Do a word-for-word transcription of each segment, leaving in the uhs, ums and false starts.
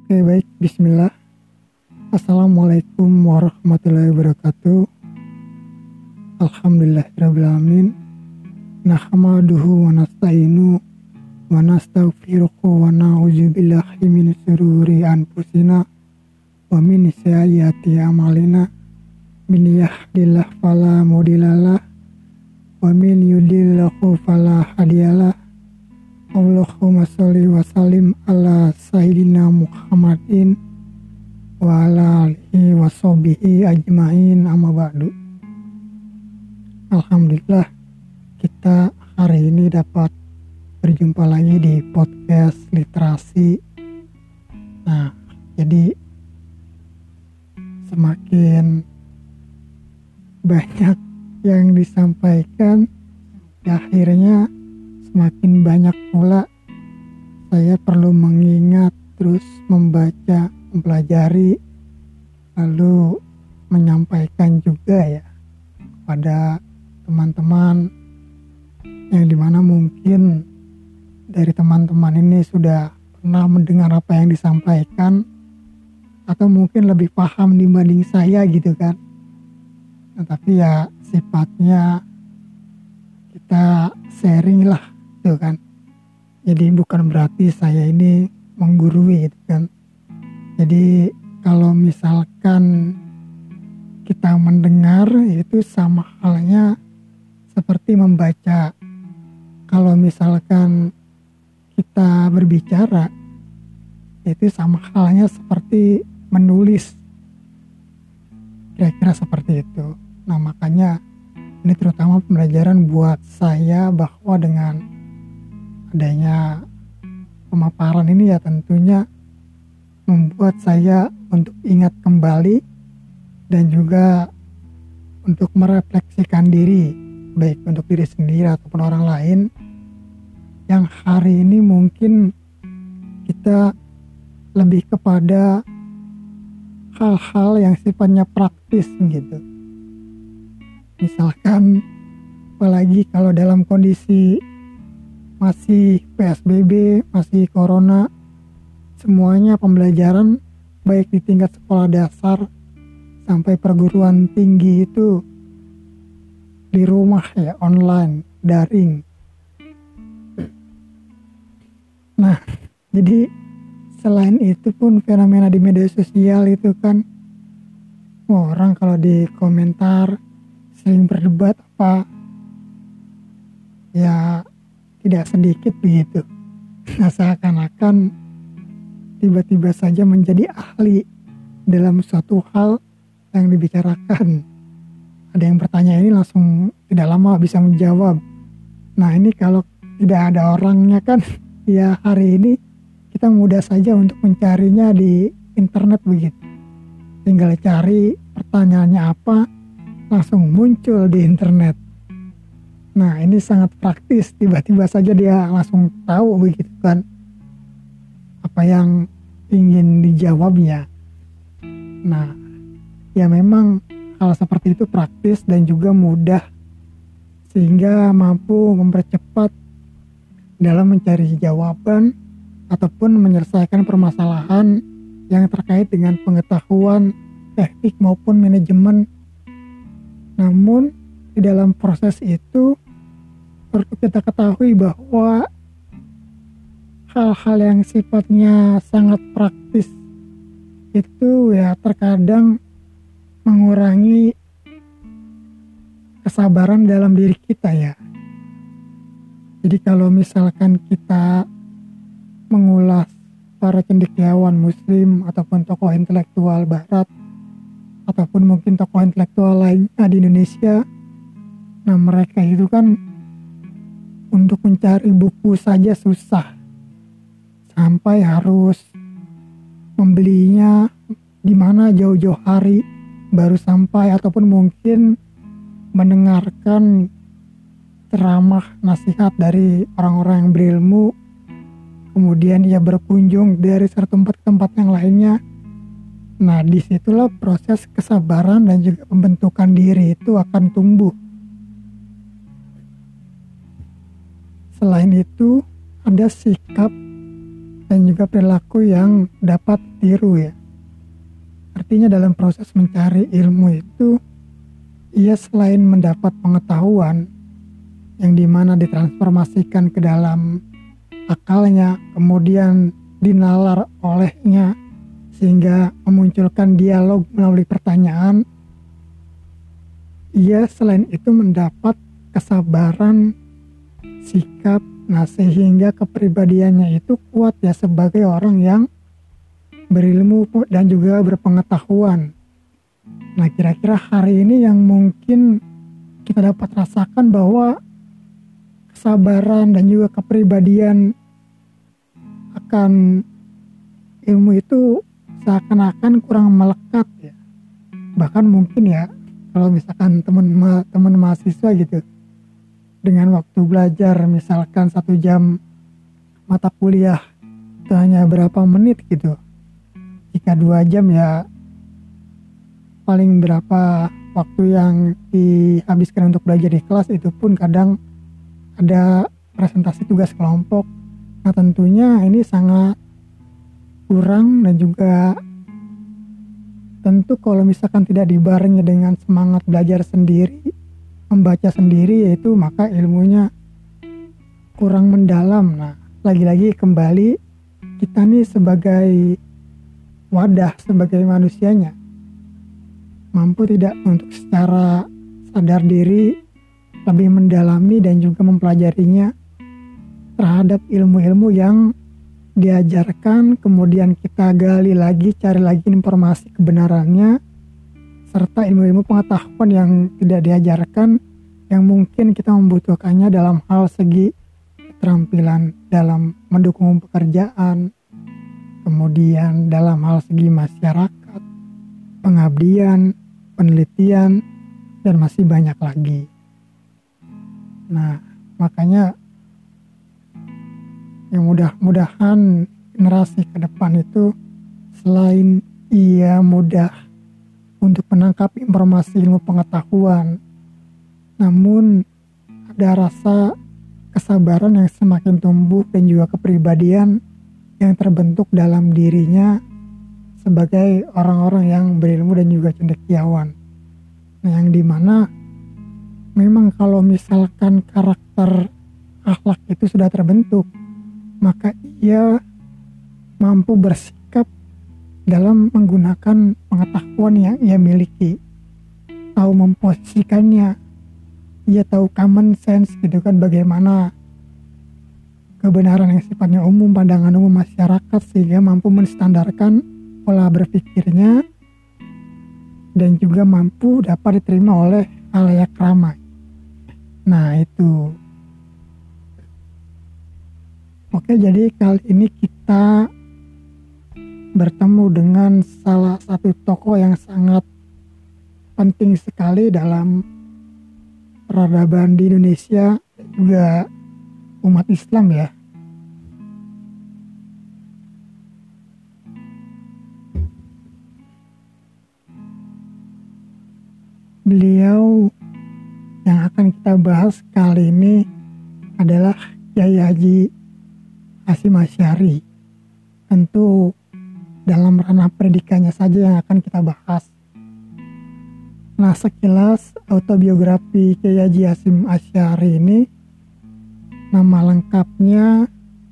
Oke, baik, bismillah. Assalamualaikum warahmatullahi wabarakatuh. Alhamdulillahirrahmanirrahim. Nahmaduhu wa nasta'inu wa nastaghfiruhu wa na'udzu billahi min syururi anfusina wa min sayyiati a'malina. Min yahdihillahu fala mudhillalah wa min yudlilhu fala hadiyalah. Allahumma sholli wa sallim ala sayyidina Muhammadin wa ala alihi wa sahbihi ajmain, amma ba'du. Alhamdulillah, kita hari ini dapat berjumpa lagi di podcast literasi. Nah, jadi semakin banyak yang disampaikan, akhirnya semakin banyak pula saya perlu mengingat, terus membaca, mempelajari, lalu menyampaikan juga ya kepada teman-teman yang dimana mungkin dari teman-teman ini sudah pernah mendengar apa yang disampaikan atau mungkin lebih paham dibanding saya gitu kan. Nah, tapi ya sifatnya kita sharing lah gitu kan. Jadi bukan berarti saya ini menggurui gitu kan. Jadi kalau misalkan kita mendengar, itu sama halnya seperti membaca. Kalau misalkan kita berbicara, itu sama halnya seperti menulis. Kira-kira seperti itu. Nah, makanya ini terutama pembelajaran buat saya bahwa dengan adanya pemaparan ini ya tentunya membuat saya untuk ingat kembali dan juga untuk merefleksikan diri, baik untuk diri sendiri ataupun orang lain yang hari ini mungkin kita lebih kepada hal-hal yang sifatnya praktis gitu. Misalkan apalagi kalau dalam kondisi masih P S B B, masih corona, semuanya pembelajaran baik di tingkat sekolah dasar sampai perguruan tinggi itu di rumah ya, online, daring. Nah, jadi selain itu pun fenomena di media sosial itu kan orang kalau di komentar sering berdebat apa ya tidak sedikit begitu. Nah, seakan-akan tiba-tiba saja menjadi ahli dalam suatu hal yang dibicarakan. Ada yang bertanya ini langsung tidak lama bisa menjawab. Nah, ini kalau tidak ada orangnya kan ya hari ini kita mudah saja untuk mencarinya di internet begitu. Tinggal cari pertanyaannya apa, langsung muncul di internet. Nah, ini sangat praktis, tiba-tiba saja dia langsung tahu begitu kan apa yang ingin dijawabnya. Nah, ya memang hal seperti itu praktis dan juga mudah sehingga mampu mempercepat dalam mencari jawaban ataupun menyelesaikan permasalahan yang terkait dengan pengetahuan, teknik maupun manajemen. Namun di dalam proses itu perlu kita ketahui bahwa hal-hal yang sifatnya sangat praktis itu ya terkadang mengurangi kesabaran dalam diri kita ya. Jadi kalau misalkan kita mengulas para cendekiawan muslim ataupun tokoh intelektual barat ataupun mungkin tokoh intelektual lainnya di Indonesia, nah mereka itu kan untuk mencari buku saja susah, sampai harus membelinya di mana jauh-jauh hari baru sampai, ataupun mungkin mendengarkan ceramah nasihat dari orang-orang yang berilmu, kemudian ia berkunjung dari satu tempat ke tempat yang lainnya. Nah, disitulah proses kesabaran dan juga pembentukan diri itu akan tumbuh. Selain itu, ada sikap dan juga perilaku yang dapat tiru ya. Artinya dalam proses mencari ilmu itu, ia selain mendapat pengetahuan yang dimana ditransformasikan ke dalam akalnya, kemudian dinalar olehnya sehingga memunculkan dialog melalui pertanyaan, ia selain itu mendapat kesabaran, sikap, nah sehingga kepribadiannya itu kuat ya sebagai orang yang berilmu dan juga berpengetahuan. Nah kira-kira hari ini yang mungkin kita dapat rasakan bahwa kesabaran dan juga kepribadian akan ilmu itu seakan-akan kurang melekat ya. Bahkan mungkin ya kalau misalkan teman-teman mahasiswa gitu, dengan waktu belajar misalkan satu jam mata kuliah itu hanya berapa menit gitu. Jika dua jam ya paling berapa waktu yang dihabiskan untuk belajar di kelas, itu pun kadang ada presentasi tugas kelompok. Nah tentunya ini sangat kurang, dan juga tentu kalau misalkan tidak dibarengi dengan semangat belajar sendiri, membaca sendiri, yaitu maka ilmunya kurang mendalam. Nah lagi-lagi kembali kita nih sebagai wadah, sebagai manusianya, mampu tidak untuk secara sadar diri lebih mendalami dan juga mempelajarinya terhadap ilmu-ilmu yang diajarkan, kemudian kita gali lagi, cari lagi informasi kebenarannya, serta ilmu-ilmu pengetahuan yang tidak diajarkan yang mungkin kita membutuhkannya dalam hal segi keterampilan dalam mendukung pekerjaan, kemudian dalam hal segi masyarakat, pengabdian, penelitian, dan masih banyak lagi. Nah, makanya yang mudah-mudahan generasi ke depan itu selain ia mudah untuk menangkap informasi ilmu pengetahuan, namun ada rasa kesabaran yang semakin tumbuh dan juga kepribadian yang terbentuk dalam dirinya sebagai orang-orang yang berilmu dan juga cendekiawan. Nah, yang dimana memang kalau misalkan karakter akhlak itu sudah terbentuk, maka ia mampu bersikap dalam menggunakan pengetahuan yang ia miliki, tahu memposisikannya, ia tahu common sense gitu kan, bagaimana kebenaran yang sifatnya umum, pandangan umum masyarakat, sehingga mampu menstandarkan pola berpikirnya dan juga mampu dapat diterima oleh khalayak ramai. Nah itu. Oke, jadi kali ini kita bertemu dengan salah satu tokoh yang sangat penting sekali dalam peradaban di Indonesia dan juga umat Islam ya. Beliau yang akan kita bahas kali ini adalah Kyai Haji Hasyim Asy'ari. Tentu dalam ranah pendidikannya saja yang akan kita bahas. Nah, sekilas autobiografi Kyai Haji Hasyim Asy'ari ini, nama lengkapnya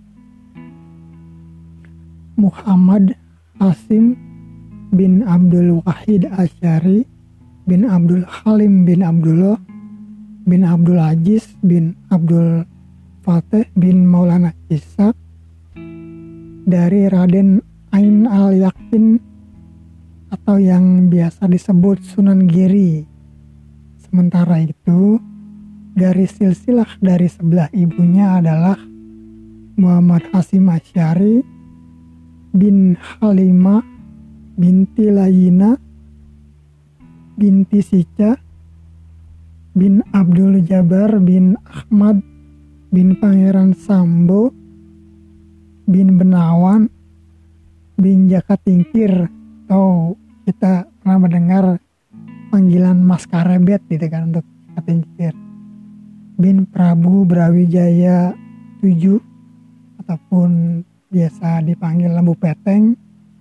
Muhammad Hasyim bin Abdul Wahid Asy'ari bin Abdul Halim bin Abdullah bin Abdul Aziz bin Abdul Fateh bin Maulana Ishaq dari Raden Ain al-Yakin atau yang biasa disebut Sunan Giri. Sementara itu, garis silsilah dari sebelah ibunya adalah Muhammad Hasyim Asy'ari bin Halimah binti Layina binti Sica bin Abdul Jabbar bin Ahmad bin Pangeran Sambo bin Benawan bin Jaka Tingkir, atau kita pernah mendengar panggilan Mas Karebet gitu kan untuk Jaka Tingkir, bin Prabu Brawijaya tujuh ataupun biasa dipanggil Lembu Peteng,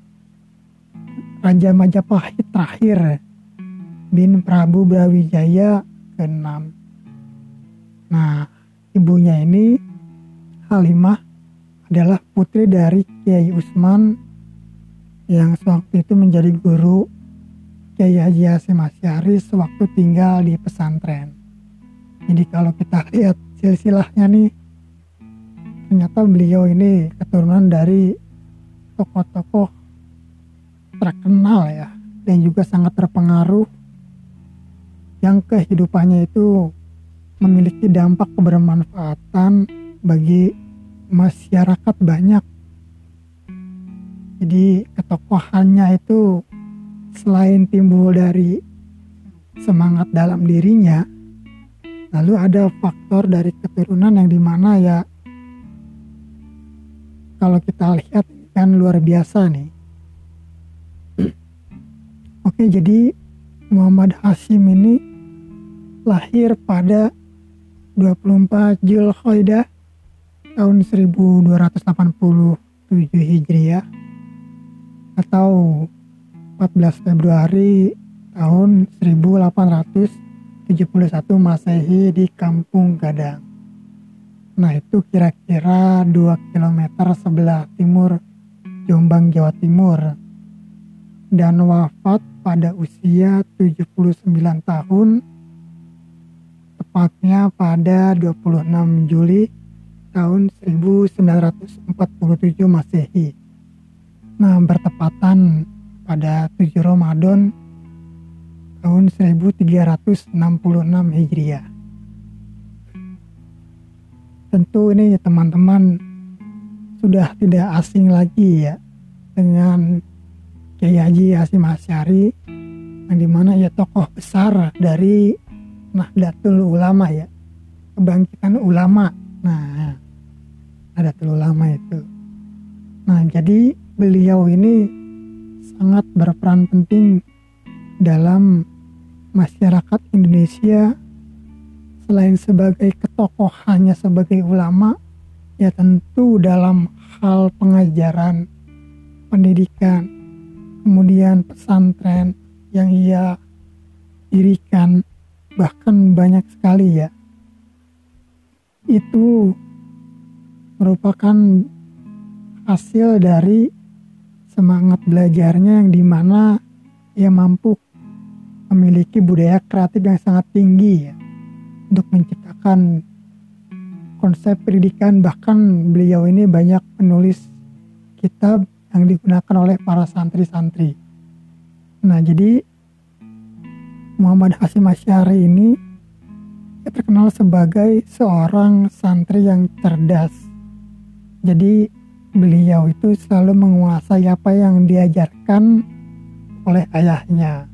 Raja Majapahit terakhir, bin Prabu Brawijaya keenam. Nah, ibunya ini Halimah adalah putri dari Kiai Usman yang sewaktu itu menjadi guru Kiai Haji Hasyim Asy'ari sewaktu tinggal di pesantren. Jadi kalau kita lihat silsilahnya nih, ternyata beliau ini keturunan dari tokoh-tokoh terkenal ya, dan juga sangat terpengaruh yang kehidupannya itu memiliki dampak kebermanfaatan bagi masyarakat banyak. Jadi ketokohannya itu selain timbul dari semangat dalam dirinya, lalu ada faktor dari keturunan yang dimana ya kalau kita lihat kan luar biasa nih. Oke, jadi Muhammad Hasyim ini lahir pada dua puluh empat Zulqa'dah tahun seribu dua ratus delapan puluh tujuh Hijriah atau empat belas Februari tahun seribu delapan ratus tujuh puluh satu Masehi di Kampung Gadang. Nah, itu kira-kira dua kilometer sebelah timur Jombang, Jawa Timur. Dan wafat pada usia tujuh puluh sembilan tahun, tepatnya pada dua puluh enam Juli tahun seribu sembilan ratus empat puluh tujuh Masehi. Nah, bertepatan pada tujuh Ramadan tahun seribu tiga ratus enam puluh enam Hijriah. Tentu ini teman-teman sudah tidak asing lagi ya dengan Kiai Haji Hasyim Asy'ari, yang dimana ya tokoh besar dari Nahdlatul Ulama ya, kebangkitan ulama. Nah, Nahdlatul Ulama itu. Nah, jadi beliau ini sangat berperan penting dalam masyarakat Indonesia. Selain sebagai ketokohannya sebagai ulama, ya tentu dalam hal pengajaran, pendidikan, kemudian pesantren yang ia dirikan, bahkan banyak sekali ya. Itu merupakan hasil dari semangat belajarnya yang dimana ia mampu memiliki budaya kreatif yang sangat tinggi ya, untuk menciptakan konsep pendidikan. Bahkan beliau ini banyak menulis kitab yang digunakan oleh para santri-santri. Nah, jadi Muhammad Hasyim Asy'ari ini terkenal sebagai seorang santri yang cerdas. Jadi beliau itu selalu menguasai apa yang diajarkan oleh ayahnya.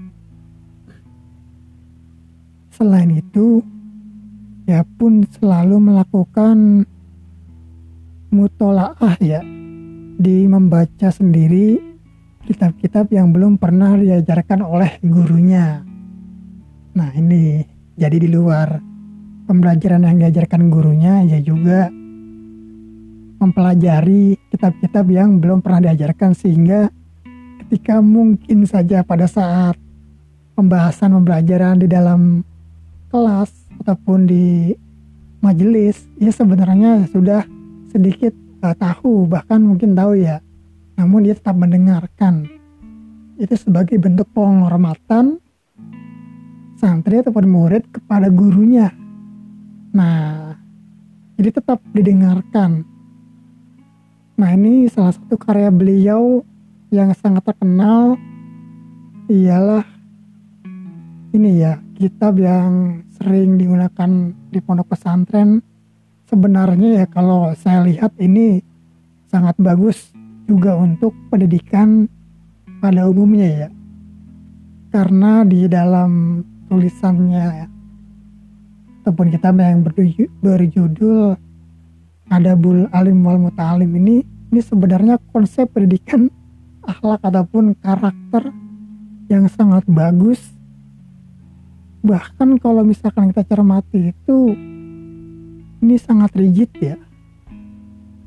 Selain itu, ia pun selalu melakukan mutolaah ya, di membaca sendiri kitab-kitab yang belum pernah diajarkan oleh gurunya. Nah, ini jadi di luar pembelajaran yang diajarkan gurunya, ia juga mempelajari kitab-kitab yang belum pernah diajarkan, sehingga ketika mungkin saja pada saat pembahasan pembelajaran di dalam kelas ataupun di majelis, ya sebenarnya sudah sedikit uh, tahu, bahkan mungkin tahu ya, namun dia tetap mendengarkan. Itu sebagai bentuk penghormatan santri ataupun murid kepada gurunya. Nah, jadi tetap didengarkan. Nah, ini salah satu karya beliau yang sangat terkenal ialah ini ya, kitab yang sering digunakan di pondok pesantren. Sebenarnya ya kalau saya lihat ini sangat bagus juga untuk pendidikan pada umumnya ya, karena di dalam tulisannya ya, ataupun kitab yang berjudul Adabul Alim wal Muta'alim ini, ini sebenarnya konsep pendidikan akhlak ataupun karakter yang sangat bagus. Bahkan kalau misalkan kita cermati itu, ini sangat rigid ya,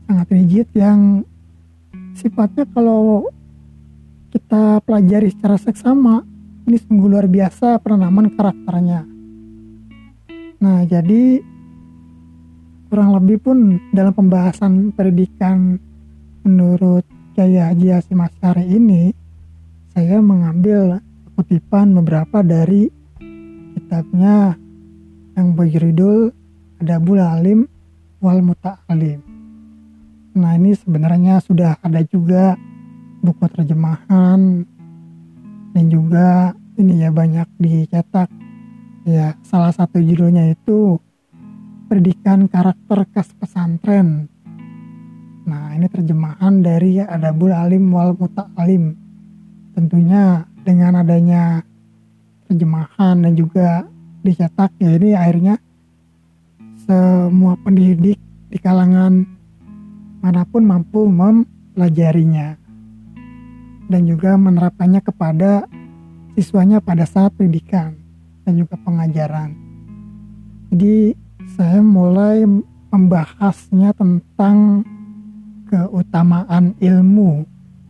sangat rigid yang sifatnya kalau kita pelajari secara seksama ini sungguh luar biasa penanaman karakternya. Nah, jadi kurang lebih pun dalam pembahasan pendidikan menurut Kiai Haji Hasyim Asy'ari ini, saya mengambil kutipan beberapa dari kitabnya yang berjudul Adabul Alim wal Muta'alim. Nah, ini sebenarnya sudah ada juga buku terjemahan dan juga ini ya banyak dicetak. Ya, salah satu judulnya itu Pendidikan Karakter Khas Pesantren. Nah, ini terjemahan dari Adabul Alim wal Muta'alim. Tentunya dengan adanya terjemahan dan juga dicetak, ya ini akhirnya semua pendidik di kalangan manapun mampu mempelajarinya dan juga menerapkannya kepada siswanya pada saat pendidikan dan juga pengajaran. Jadi saya mulai membahasnya tentang keutamaan ilmu.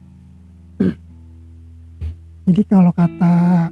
Jadi kalau kata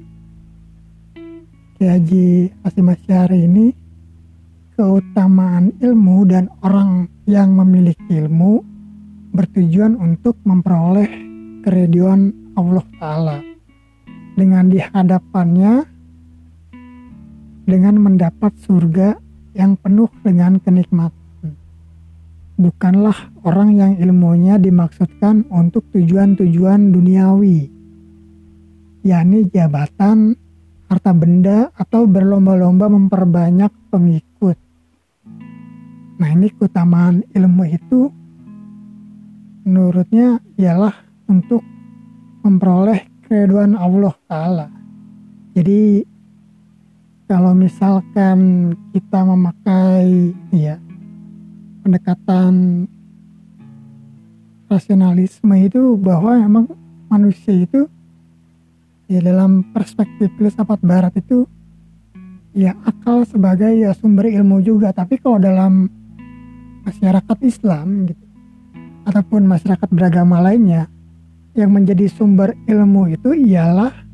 Kiai Haji Hasyim Asy'ari ini, keutamaan ilmu dan orang yang memiliki ilmu bertujuan untuk memperoleh keridhaan Allah Ta'ala dengan dihadapannya dengan mendapat surga yang penuh dengan kenikmatan. Bukanlah orang yang ilmunya dimaksudkan untuk tujuan-tujuan duniawi, yakni jabatan, harta benda, atau berlomba-lomba memperbanyak pengikut. Nah, ini keutamaan ilmu itu menurutnya ialah untuk memperoleh keridhaan Allah Ta'ala. Jadi kalau misalkan kita memakai ya pendekatan rasionalisme itu, bahwa memang manusia itu ya dalam perspektif filsafat barat itu ya akal sebagai ya sumber ilmu juga. Tapi kalau dalam masyarakat Islam gitu ataupun masyarakat beragama lainnya, yang menjadi sumber ilmu itu ialah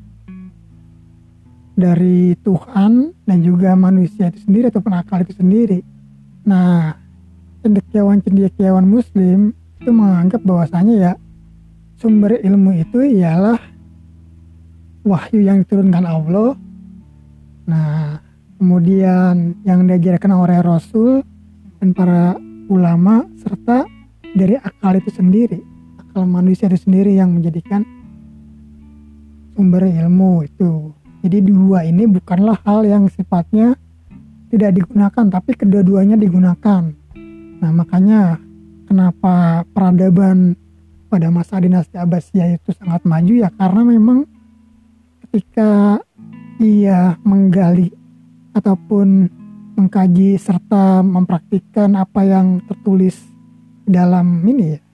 dari Tuhan dan juga manusia itu sendiri ataupun akal itu sendiri. Nah, cendekiawan-cendekiawan Muslim itu menganggap bahwasanya ya sumber ilmu itu ialah wahyu yang diturunkan Allah. Nah, kemudian yang diajarkan oleh Rasul dan para ulama, serta dari akal itu sendiri, akal manusia itu sendiri yang menjadikan sumber ilmu itu. Jadi dua ini bukanlah hal yang sifatnya tidak digunakan, tapi kedua-duanya digunakan. Nah, makanya kenapa peradaban pada masa dinasti Abbasiyah itu sangat maju ya, karena memang ketika ia menggali ataupun mengkaji serta mempraktikkan apa yang tertulis dalam ini ya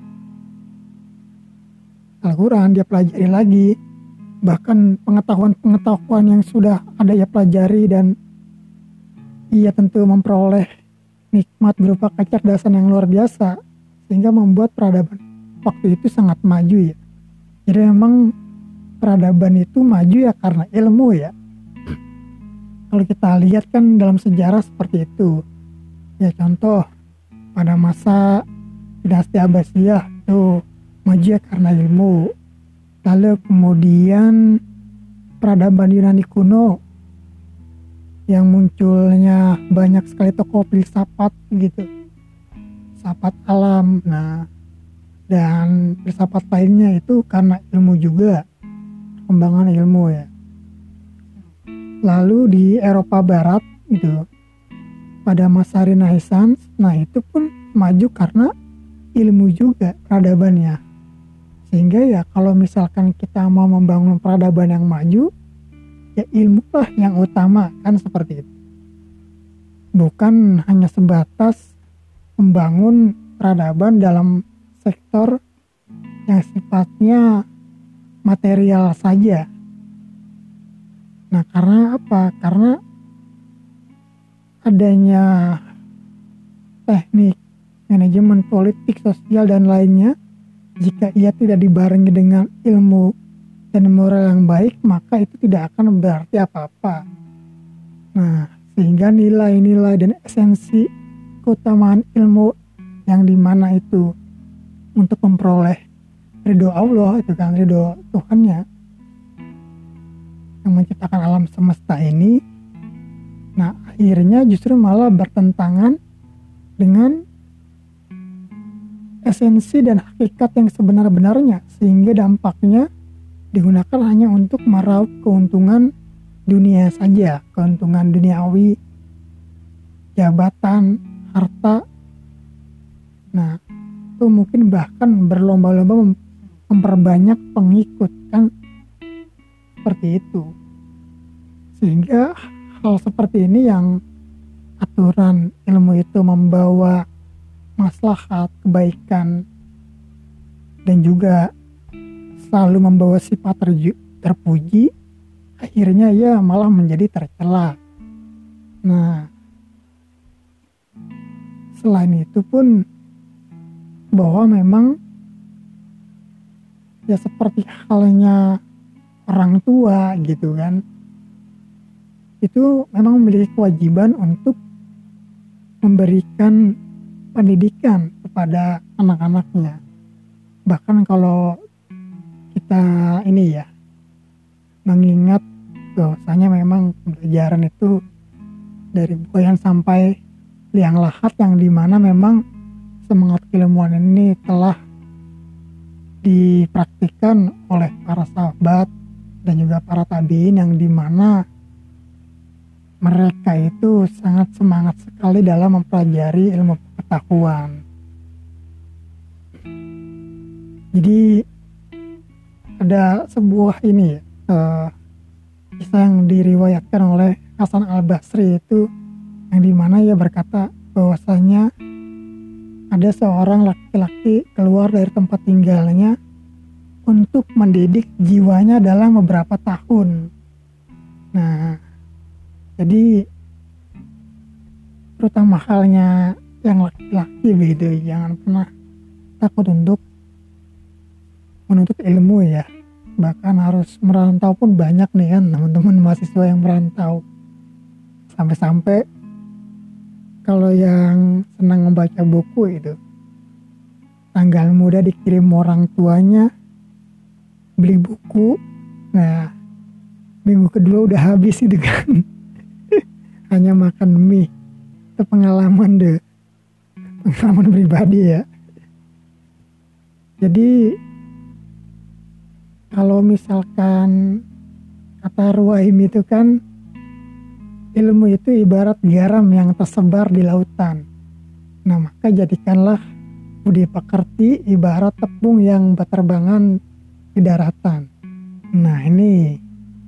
Al-Quran, dia pelajari lagi, bahkan pengetahuan-pengetahuan yang sudah ada ia pelajari, dan ia tentu memperoleh nikmat berupa kecerdasan yang luar biasa sehingga membuat peradaban waktu itu sangat maju ya. Jadi memang peradaban itu maju ya karena ilmu ya. Kalau kita lihat kan dalam sejarah seperti itu ya, contoh pada masa dinasti Abbasiyah itu maju ya karena ilmu. Lalu kemudian peradaban Yunani kuno yang munculnya banyak sekali tokoh filsafat gitu, filsafat alam. Nah, dan filsafat lainnya itu karena ilmu juga, perkembangan ilmu ya. Lalu di Eropa Barat gitu, pada masa Renaissance, nah itu pun maju karena ilmu juga peradabannya. Sehingga ya kalau misalkan kita mau membangun peradaban yang maju, ya ilmu lah yang utama, kan seperti itu. Bukan hanya sebatas membangun peradaban dalam sektor yang sifatnya material saja. Nah, karena apa? Karena adanya teknik manajemen politik, sosial, dan lainnya, jika ia tidak dibarengi dengan ilmu dan moral yang baik, maka itu tidak akan berarti apa-apa. Nah, sehingga nilai-nilai dan esensi keutamaan ilmu yang dimana itu untuk memperoleh ridho Allah, itu kan ridho Tuhannya yang menciptakan alam semesta ini, nah akhirnya justru malah bertentangan dengan esensi dan hakikat yang sebenar-benarnya, sehingga dampaknya digunakan hanya untuk meraup keuntungan dunia saja, keuntungan duniawi, jabatan, harta. Nah, itu mungkin bahkan berlomba-lomba memperbanyak pengikut, kan seperti itu. Sehingga hal seperti ini yang aturan ilmu itu membawa maslahat, kebaikan, dan juga selalu membawa sifat terju- terpuji, akhirnya ya malah menjadi tercela. Nah, selain itu pun bahwa memang ya seperti halnya orang tua gitu kan, itu memang memiliki kewajiban untuk memberikan pendidikan kepada anak-anaknya. Bahkan kalau kita ini ya mengingat bahwasanya memang pembelajaran itu dari buayan sampai liang lahat, yang dimana memang semangat keilmuan ini telah dipraktikkan oleh para sahabat dan juga para tabiin, yang dimana mereka itu sangat semangat sekali dalam mempelajari ilmu pengetahuan. Jadi ada sebuah ini uh, kisah yang diriwayatkan oleh Hasan Al-Basri itu, yang dimana ia berkata bahwasanya ada seorang laki-laki keluar dari tempat tinggalnya untuk mendidik jiwanya dalam beberapa tahun. Nah, jadi terutama halnya yang laki-laki begitu, jangan pernah takut untuk menuntut ilmu ya. Bahkan harus merantau pun banyak nih kan teman-teman mahasiswa yang merantau. Sampai-sampai kalau yang senang membaca buku itu, tanggal muda dikirim orang tuanya beli buku, nah minggu kedua udah habis itu kan. Hanya makan mie. Itu pengalaman deh, pengalaman pribadi ya. Jadi kalau misalkan kata Ruwaim itu kan, ilmu itu ibarat garam yang tersebar di lautan. Nah, maka jadikanlah budi pekerti ibarat tepung yang berterbangan di daratan. Nah, ini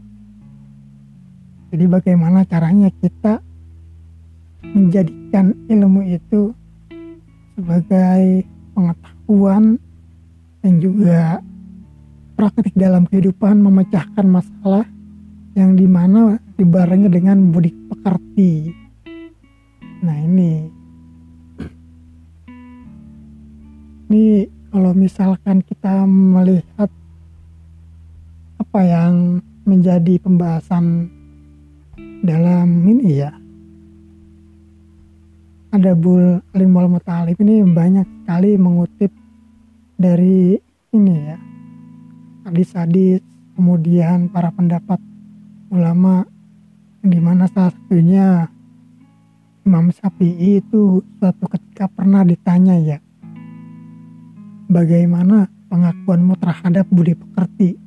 jadi bagaimana caranya kita menjadikan ilmu itu sebagai pengetahuan dan juga praktik dalam kehidupan, memecahkan masalah yang dimana dibarengi dengan budi pekerti. Nah ini, ini kalau misalkan kita melihat apa yang menjadi pembahasan dalam ini ya, Adabul Alim wal Muta'alim ini banyak sekali mengutip dari ini ya, hadis-hadis, kemudian para pendapat ulama, yang dimana salah satunya Imam Syafi'i itu suatu ketika pernah ditanya ya, bagaimana pengakuanmu terhadap budi pekerti?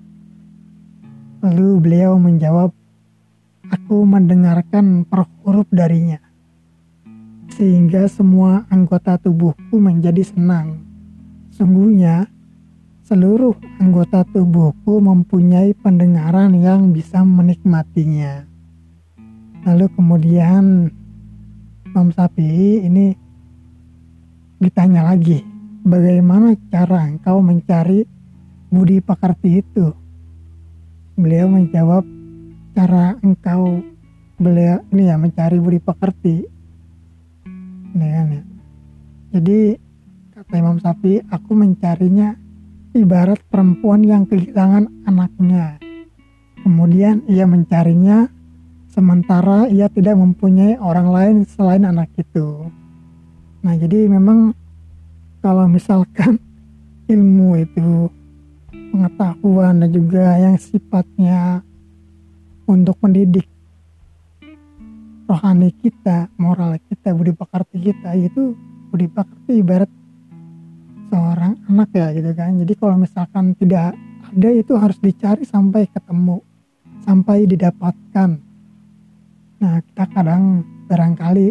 Lalu beliau menjawab, aku mendengarkan per huruf darinya, sehingga semua anggota tubuhku menjadi senang. Sungguhnya seluruh anggota tubuhku mempunyai pendengaran yang bisa menikmatinya. Lalu kemudian Imam Syafi'i ini ditanya lagi, bagaimana cara engkau mencari budi pekerti itu? Beliau menjawab, cara engkau beliau ini ya mencari budi pekerti, ini kan ya, Jadi kata Imam Syafi'i, aku mencarinya ibarat perempuan yang kehilangan anaknya. Kemudian ia mencarinya sementara ia tidak mempunyai orang lain selain anak itu. Nah, jadi memang kalau misalkan ilmu itu pengetahuan dan juga yang sifatnya untuk mendidik rohani kita, moral kita, budi pekerti kita, itu budi pekerti ibarat seorang anak ya gitu kan. Jadi kalau misalkan tidak ada, itu harus dicari sampai ketemu, sampai didapatkan. Nah, kita kadang barangkali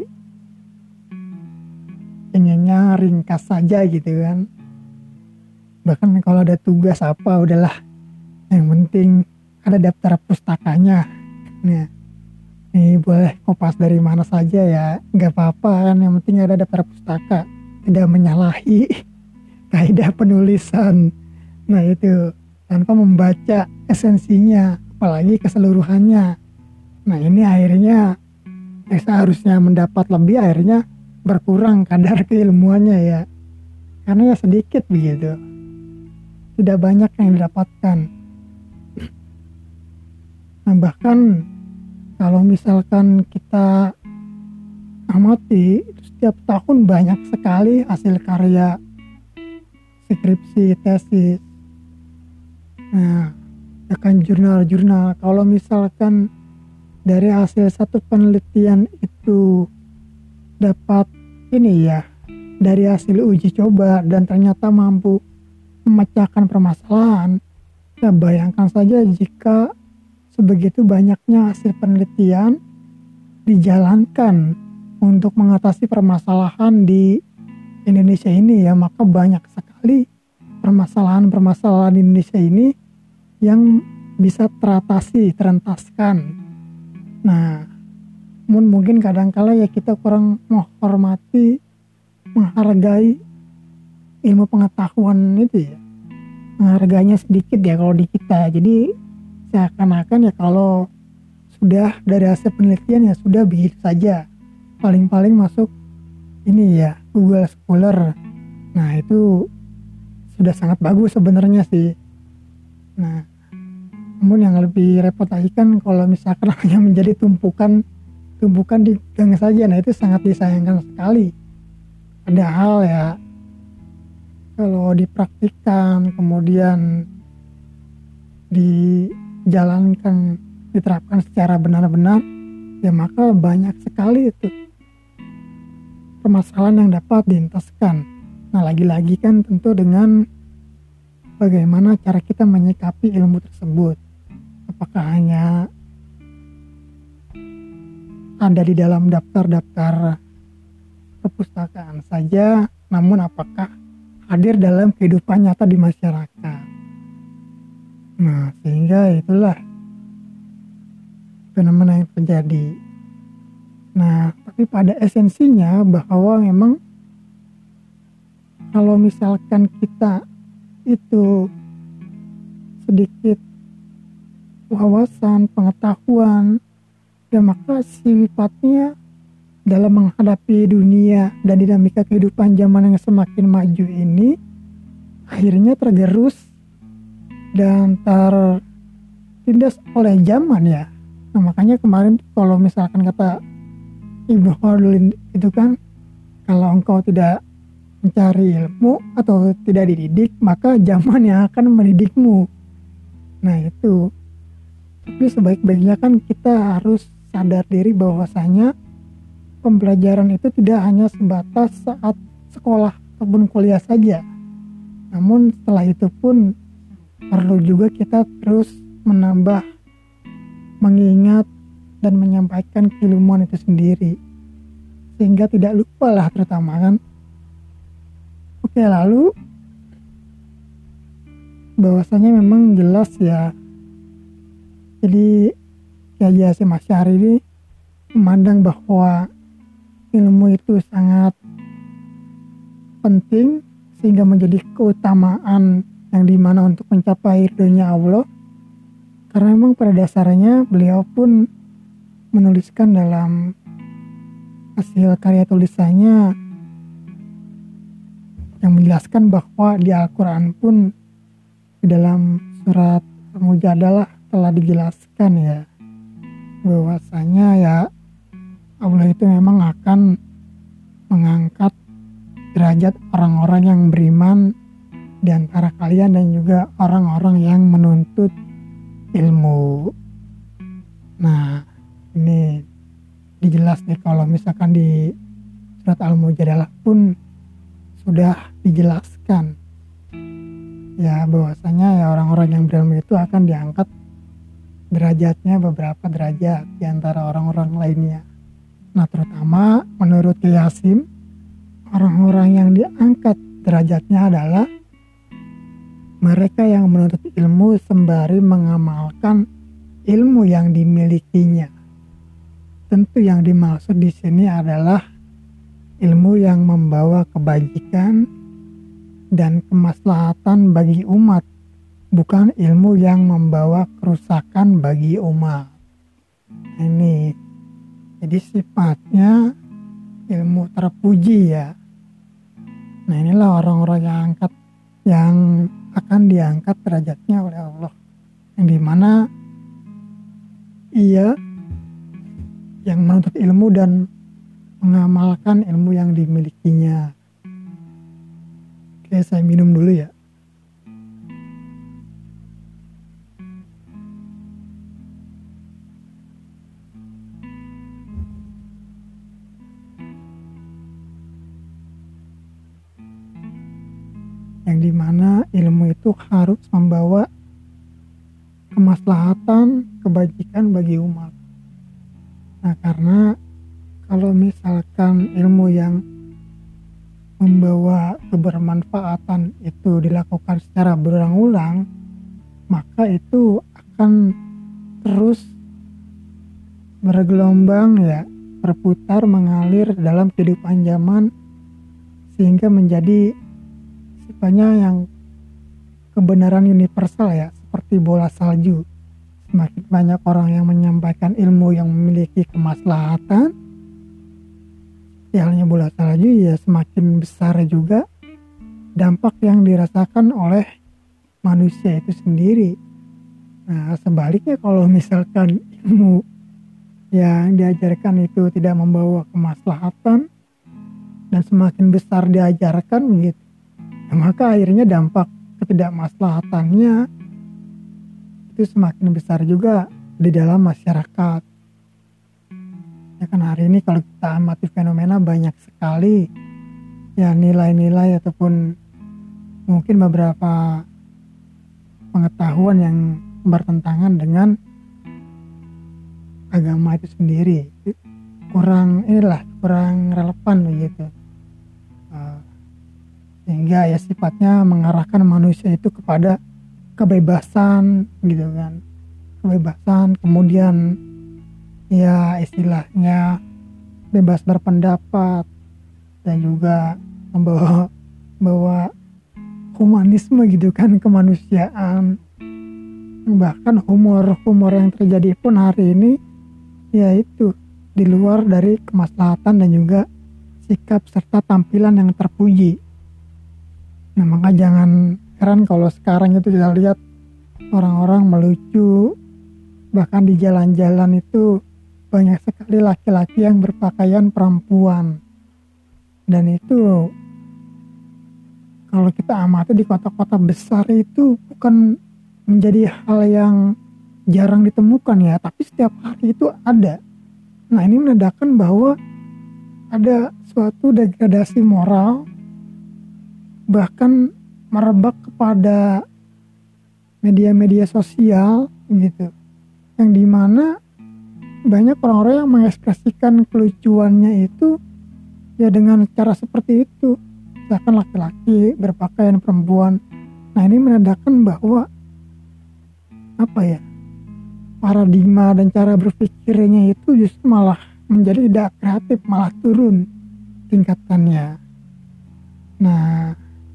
inginnya ringkas saja gitu kan. Bahkan kalau ada tugas apa, udahlah, yang penting ada daftar pustakanya. Nah, ini boleh kopas dari mana saja ya, nggak apa-apa kan, yang penting ada daftar pustaka, tidak menyalahi kaidah penulisan. Nah itu, tanpa membaca esensinya, apalagi keseluruhannya. Nah ini akhirnya eh, seharusnya mendapat lebih, akhirnya berkurang kadar keilmuannya ya, karena ya sedikit begitu, tidak banyak yang didapatkan. Nah bahkan kalau misalkan kita amati, setiap tahun banyak sekali hasil karya, skripsi, tesis. Nah, ya kan jurnal-jurnal. Kalau misalkan dari hasil satu penelitian itu dapat ini ya, dari hasil uji coba dan ternyata mampu memecahkan permasalahan, ya bayangkan saja jika sebegitu banyaknya hasil penelitian dijalankan untuk mengatasi permasalahan di Indonesia ini ya, maka banyak sekali permasalahan-permasalahan di Indonesia ini yang bisa teratasi, terentaskan. Nah, mungkin kadang-kala ya kita kurang menghormati, menghargai ilmu pengetahuan itu ya, menghargainya sedikit ya kalau di kita. Jadi seakan-akan ya kalau sudah dari hasil penelitian ya sudah begitu saja, paling-paling masuk ini ya Google Scholar. Nah itu sudah sangat bagus sebenarnya sih. Nah namun yang lebih repot lagi kan kalau misalkan hanya menjadi tumpukan tumpukan di gang saja. Nah itu sangat disayangkan sekali. Padahal ya kalau dipraktikkan kemudian dijalankan, diterapkan secara benar-benar, ya maka banyak sekali itu permasalahan yang dapat dientaskan. Nah lagi-lagi kan tentu dengan bagaimana cara kita menyikapi ilmu tersebut. Apakah hanya ada di dalam daftar-daftar perpustakaan saja, namun apakah hadir dalam kehidupan nyata di masyarakat. Nah sehingga itulah fenomena yang terjadi. Nah tapi pada esensinya bahwa memang kalau misalkan kita itu sedikit wawasan, pengetahuan, ya maka sifatnya dalam menghadapi dunia dan dinamika kehidupan zaman yang semakin maju ini akhirnya tergerus dan tertindas oleh zaman ya. Nah makanya kemarin kalau misalkan kata Ibnu Khaldun itu kan, kalau engkau tidak mencari ilmu atau tidak dididik, maka zaman yang akan mendidikmu. Nah itu. Tapi sebaik-baiknya kan kita harus sadar diri bahwasanya pembelajaran itu tidak hanya sebatas saat sekolah ataupun kuliah saja. Namun setelah itu pun perlu juga kita terus menambah, mengingat dan menyampaikan keilmuan itu sendiri, sehingga tidak lupa lah terutama kan. Oke, lalu bahwasanya memang jelas ya, jadi Kiai Hasyim Asy'ari ini memandang bahwa ilmu itu sangat penting sehingga menjadi keutamaan yang dimana untuk mencapai ridhonya Allah, karena memang pada dasarnya beliau pun menuliskan dalam hasil karya tulisannya dijelaskan bahwa di Al-Quran pun di dalam surat Al-Mujadalah telah dijelaskan ya, bahwasanya ya Allah itu memang akan mengangkat derajat orang-orang yang beriman di antara kalian dan juga orang-orang yang menuntut ilmu. Nah, ini dijelas nih kalau misalkan di surat Al-Mujadalah pun sudah dijelaskan ya, bahwasanya ya orang-orang yang berilmu itu akan diangkat derajatnya beberapa derajat di antara orang-orang lainnya. Nah, terutama menurut Yasin, orang-orang yang diangkat derajatnya adalah mereka yang menuntut ilmu sembari mengamalkan ilmu yang dimilikinya. Tentu yang dimaksud di sini adalah ilmu yang membawa kebajikan dan kemaslahatan bagi umat, bukan ilmu yang membawa kerusakan bagi umat. Ini jadi sifatnya ilmu terpuji ya. Nah, inilah orang-orang yang angkat yang akan diangkat derajatnya oleh Allah, yang dimana ia yang menuntut ilmu dan mengamalkan ilmu yang dimilikinya. Oke, saya minum dulu ya. Yang dimana ilmu itu harus membawa kemaslahatan, kebajikan bagi umat. Nah, karena kalau misalkan ilmu yang membawa kebermanfaatan itu dilakukan secara berulang-ulang, maka itu akan terus bergelombang ya, berputar mengalir dalam kehidupan zaman, sehingga menjadi sifatnya yang kebenaran universal ya, seperti bola salju. Semakin banyak orang yang menyampaikan ilmu yang memiliki kemaslahatan, ya halnya bola salju, ya semakin besar juga dampak yang dirasakan oleh manusia itu sendiri. Nah, sebaliknya kalau misalkan ilmu yang diajarkan itu tidak membawa kemaslahatan dan semakin besar diajarkan begitu, ya, maka akhirnya dampak ketidakmaslahatannya itu semakin besar juga di dalam masyarakat. Ya kan, hari ini kalau kita amati fenomena banyak sekali ya nilai-nilai ataupun mungkin beberapa pengetahuan yang bertentangan dengan agama itu sendiri, kurang inilah kurang relevan begitu, uh, sehingga ya sifatnya mengarahkan manusia itu kepada kebebasan gitu kan, kebebasan, kemudian ya istilahnya bebas berpendapat dan juga membawa bawa humanisme gitu kan, kemanusiaan. Bahkan humor-humor yang terjadi pun hari ini yaitu di luar dari kemaslahatan dan juga sikap serta tampilan yang terpuji. Nah, maka jangan heran kalau sekarang itu kita lihat orang-orang melucu, bahkan di jalan-jalan itu banyak sekali laki-laki yang berpakaian perempuan. Dan itu kalau kita amati di kota-kota besar itu bukan menjadi hal yang jarang ditemukan ya, tapi setiap hari itu ada. Nah, ini menandakan bahwa ada suatu degradasi moral, bahkan merebak kepada media-media sosial gitu, yang dimana banyak orang-orang yang mengekspresikan kelucuannya itu ya dengan cara seperti itu, bahkan laki-laki berpakaian perempuan. Nah, ini menandakan bahwa apa ya, paradigma dan cara berpikirnya itu justru malah menjadi tidak kreatif, malah turun tingkatannya. Nah,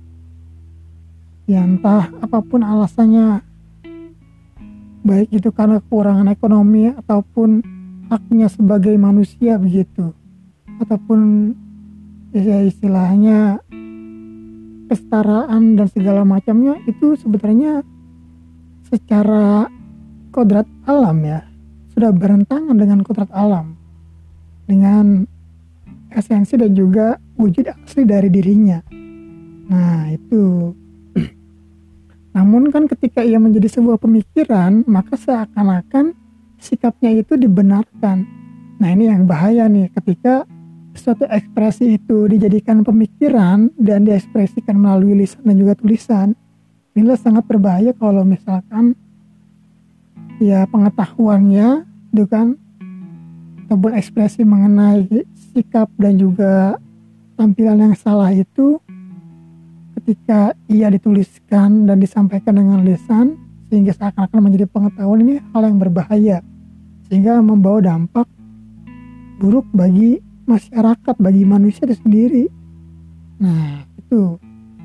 ya entah apapun alasannya, baik itu karena kekurangan ekonomi ataupun haknya sebagai manusia begitu, ataupun ya istilahnya kesetaraan dan segala macamnya itu sebenarnya secara kodrat alam ya, sudah berentangan dengan kodrat alam, dengan esensi dan juga wujud asli dari dirinya. Nah itu namun kan ketika ia menjadi sebuah pemikiran, maka seakan-akan sikapnya itu dibenarkan. Nah ini yang bahaya nih, ketika suatu ekspresi itu dijadikan pemikiran dan diekspresikan melalui lisan dan juga tulisan. Inilah sangat berbahaya kalau misalkan ya pengetahuannya itu kan, ataupun ekspresi mengenai sikap dan juga tampilan yang salah itu ketika ia dituliskan dan disampaikan dengan lisan sehingga seakan-akan menjadi pengetahuan, ini hal yang berbahaya sehingga membawa dampak buruk bagi masyarakat, bagi manusia itu sendiri. Nah itu.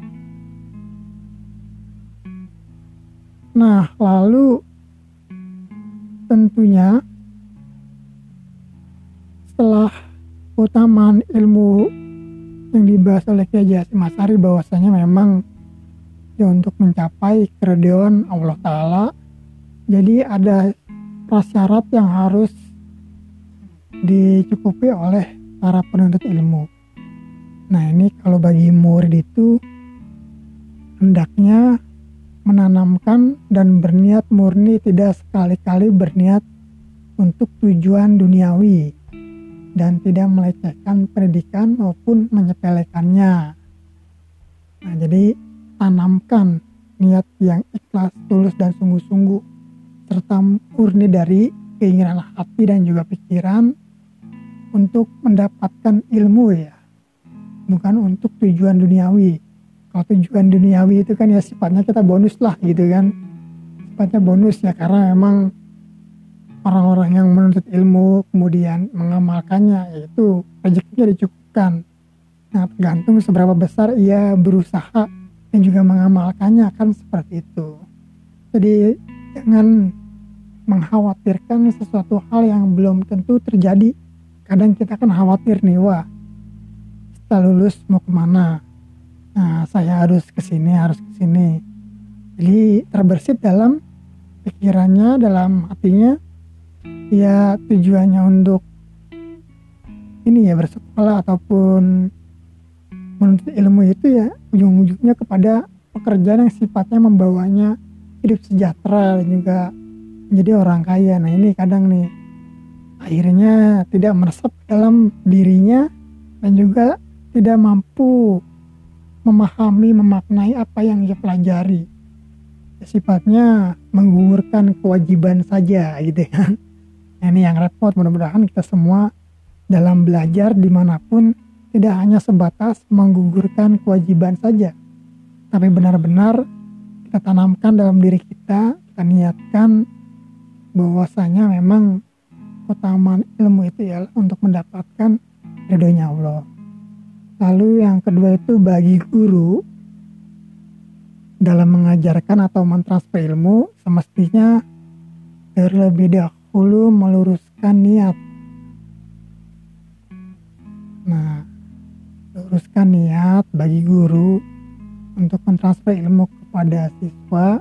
Nah lalu tentunya setelah keutamaan ilmu yang dibahas oleh Kiai Haji Hasyim Asy'ari bahwasanya memang ya untuk mencapai keridhaan Allah Ta'ala, jadi ada prasyarat yang harus dicukupi oleh para penuntut ilmu. Nah ini kalau bagi murid itu hendaknya menanamkan dan berniat murni, tidak sekali-kali berniat untuk tujuan duniawi dan tidak melecehkan pendidikan maupun menyepelekannya. Nah jadi tanamkan niat yang ikhlas, tulus dan sungguh-sungguh serta murni dari keinginan hati dan juga pikiran untuk mendapatkan ilmu ya, bukan untuk tujuan duniawi. Kalau tujuan duniawi itu kan ya sifatnya kita bonus lah gitu kan, sifatnya bonus ya, karena memang orang-orang yang menuntut ilmu kemudian mengamalkannya yaitu rezekinya dicukupkan. Nah tergantung seberapa besar ia berusaha dan juga mengamalkannya, kan seperti itu. Jadi jangan mengkhawatirkan sesuatu hal yang belum tentu terjadi. Kadang kita kan khawatir nih, wah setelah lulus mau kemana, nah saya harus kesini, harus kesini. Jadi terbersit dalam pikirannya, dalam hatinya, ya tujuannya untuk ini ya bersekolah ataupun menuntut ilmu itu ya ujung-ujungnya kepada pekerjaan yang sifatnya membawanya hidup sejahtera dan juga menjadi orang kaya. Nah ini kadang nih akhirnya tidak meresap dalam dirinya dan juga tidak mampu memahami, memaknai apa yang ia pelajari. Ya, sifatnya menggugurkan kewajiban saja gitu kan. Nah, ini yang repot. Mudah-mudahan kita semua dalam belajar dimanapun tidak hanya sebatas menggugurkan kewajiban saja, tapi benar-benar kita tanamkan dalam diri kita, kita niatkan bahwasanya memang keutamaan ilmu itu ya untuk mendapatkan ridhonya Allah. Lalu yang kedua itu bagi guru dalam mengajarkan atau mentransfer ilmu semestinya terlebih dahulu meluruskan niat. Nah, luruskan niat bagi guru untuk mentransfer ilmu kepada siswa.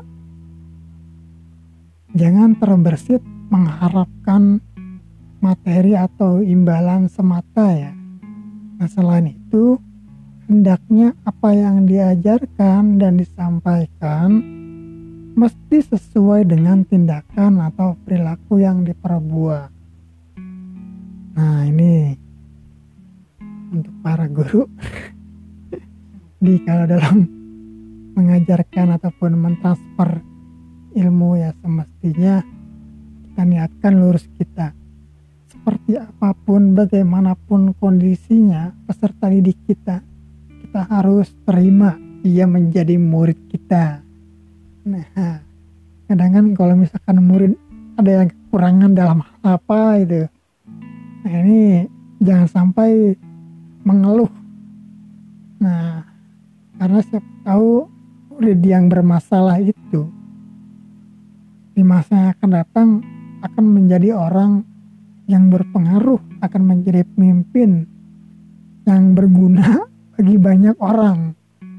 Jangan terbersit mengharapkan materi atau imbalan semata ya. Nah selain itu, hendaknya apa yang diajarkan dan disampaikan mesti sesuai dengan tindakan atau perilaku yang diperbuat. Nah ini untuk para guru di kalau dalam mengajarkan ataupun mentransfer ilmu ya semestinya kita niatkan lurus kita. Seperti apapun, bagaimanapun kondisinya peserta didik kita, kita harus terima ia menjadi murid kita. Nah, kadang kan kalau misalkan murid ada yang kekurangan dalam hal apa itu, nah ini jangan sampai mengeluh. Nah, karena siapa tahu murid yang bermasalah itu di masa yang akan datang akan menjadi orang yang berpengaruh, akan menjadi pemimpin yang berguna bagi banyak orang.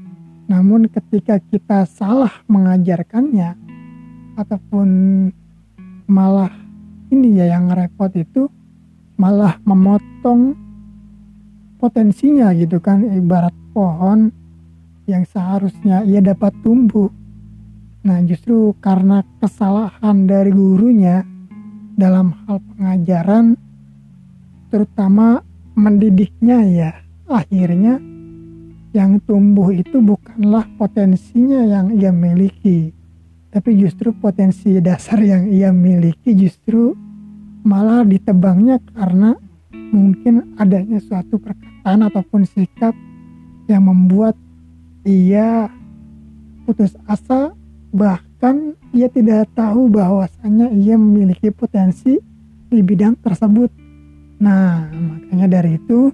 Namun ketika kita salah mengajarkannya ataupun malah ini ya yang repot itu malah memotong potensinya gitu kan, ibarat pohon yang seharusnya ia dapat tumbuh. Nah justru karena kesalahan dari gurunya dalam hal pengajaran, terutama mendidiknya ya, akhirnya yang tumbuh itu bukanlah potensinya yang ia miliki, tapi justru potensi dasar yang ia miliki justru malah ditebangnya karena mungkin adanya suatu perkataan ataupun sikap yang membuat ia putus asa, bahkan ia tidak tahu bahwasanya ia memiliki potensi di bidang tersebut. Nah, makanya dari itu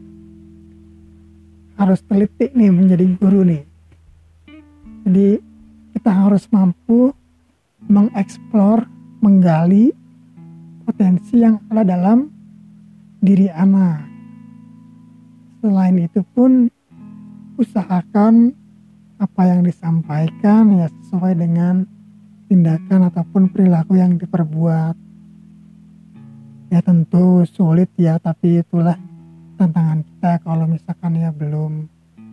harus teliti nih menjadi guru nih. Jadi kita harus mampu mengeksplor, menggali potensi yang ada dalam diri anak. Selain itu pun usahakan apa yang disampaikan ya sesuai dengan tindakan ataupun perilaku yang diperbuat. Ya tentu sulit ya, tapi itulah tantangan kita kalau misalkan ya belum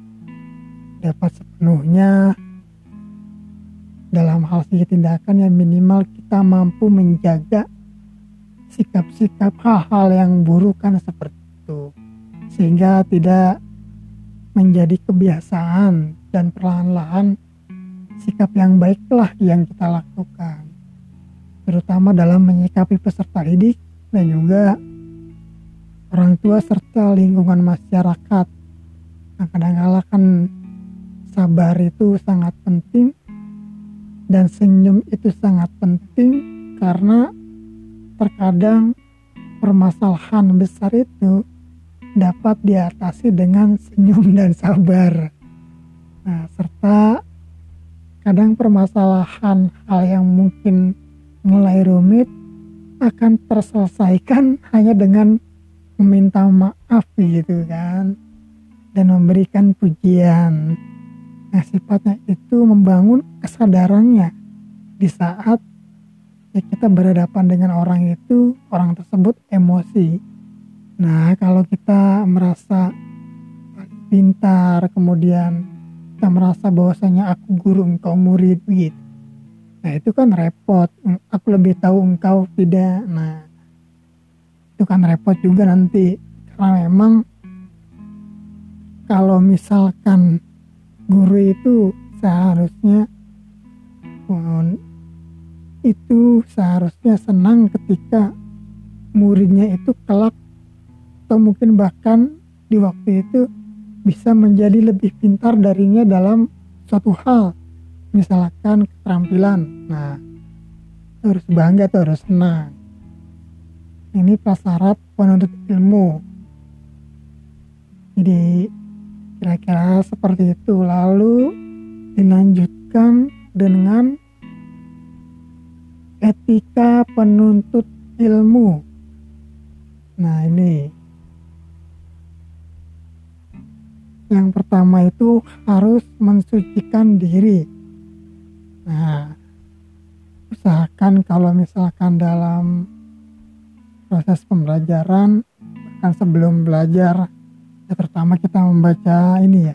dapat sepenuhnya dalam hal segi tindakan, ya minimal kita mampu menjaga sikap-sikap hal-hal yang buruk kan seperti itu, sehingga tidak menjadi kebiasaan dan perlahan-lahan sikap yang baiklah yang kita lakukan, terutama dalam menyikapi peserta didik dan juga orang tua serta lingkungan masyarakat. Nah, kadang-kala kan sabar itu sangat penting dan senyum itu sangat penting, karena terkadang permasalahan besar itu dapat diatasi dengan senyum dan sabar. Nah, serta kadang permasalahan hal yang mungkin mulai rumit akan terselesaikan hanya dengan meminta maaf gitu kan, dan memberikan pujian. Nah, sifatnya itu membangun kesadarannya di saat ya kita berhadapan dengan orang itu, orang tersebut emosi. Nah, kalau kita merasa pintar, kemudian kita merasa bahwasanya aku guru, engkau murid gitu. Nah, itu kan repot. Aku lebih tahu, engkau tidak. Nah, itu kan repot juga nanti. Karena memang kalau misalkan guru itu seharusnya itu seharusnya senang ketika muridnya itu kelak atau mungkin bahkan di waktu itu bisa menjadi lebih pintar darinya dalam suatu hal, misalkan keterampilan. Nah, harus bangga tuh, harus senang. Ini prasyarat penuntut ilmu. Jadi kira-kira seperti itu. Lalu dilanjutkan dengan etika penuntut ilmu. Nah, ini yang pertama itu harus mensucikan diri. Nah, usahakan kalau misalkan dalam proses pembelajaran, bahkan sebelum belajar, ya pertama kita membaca ini ya,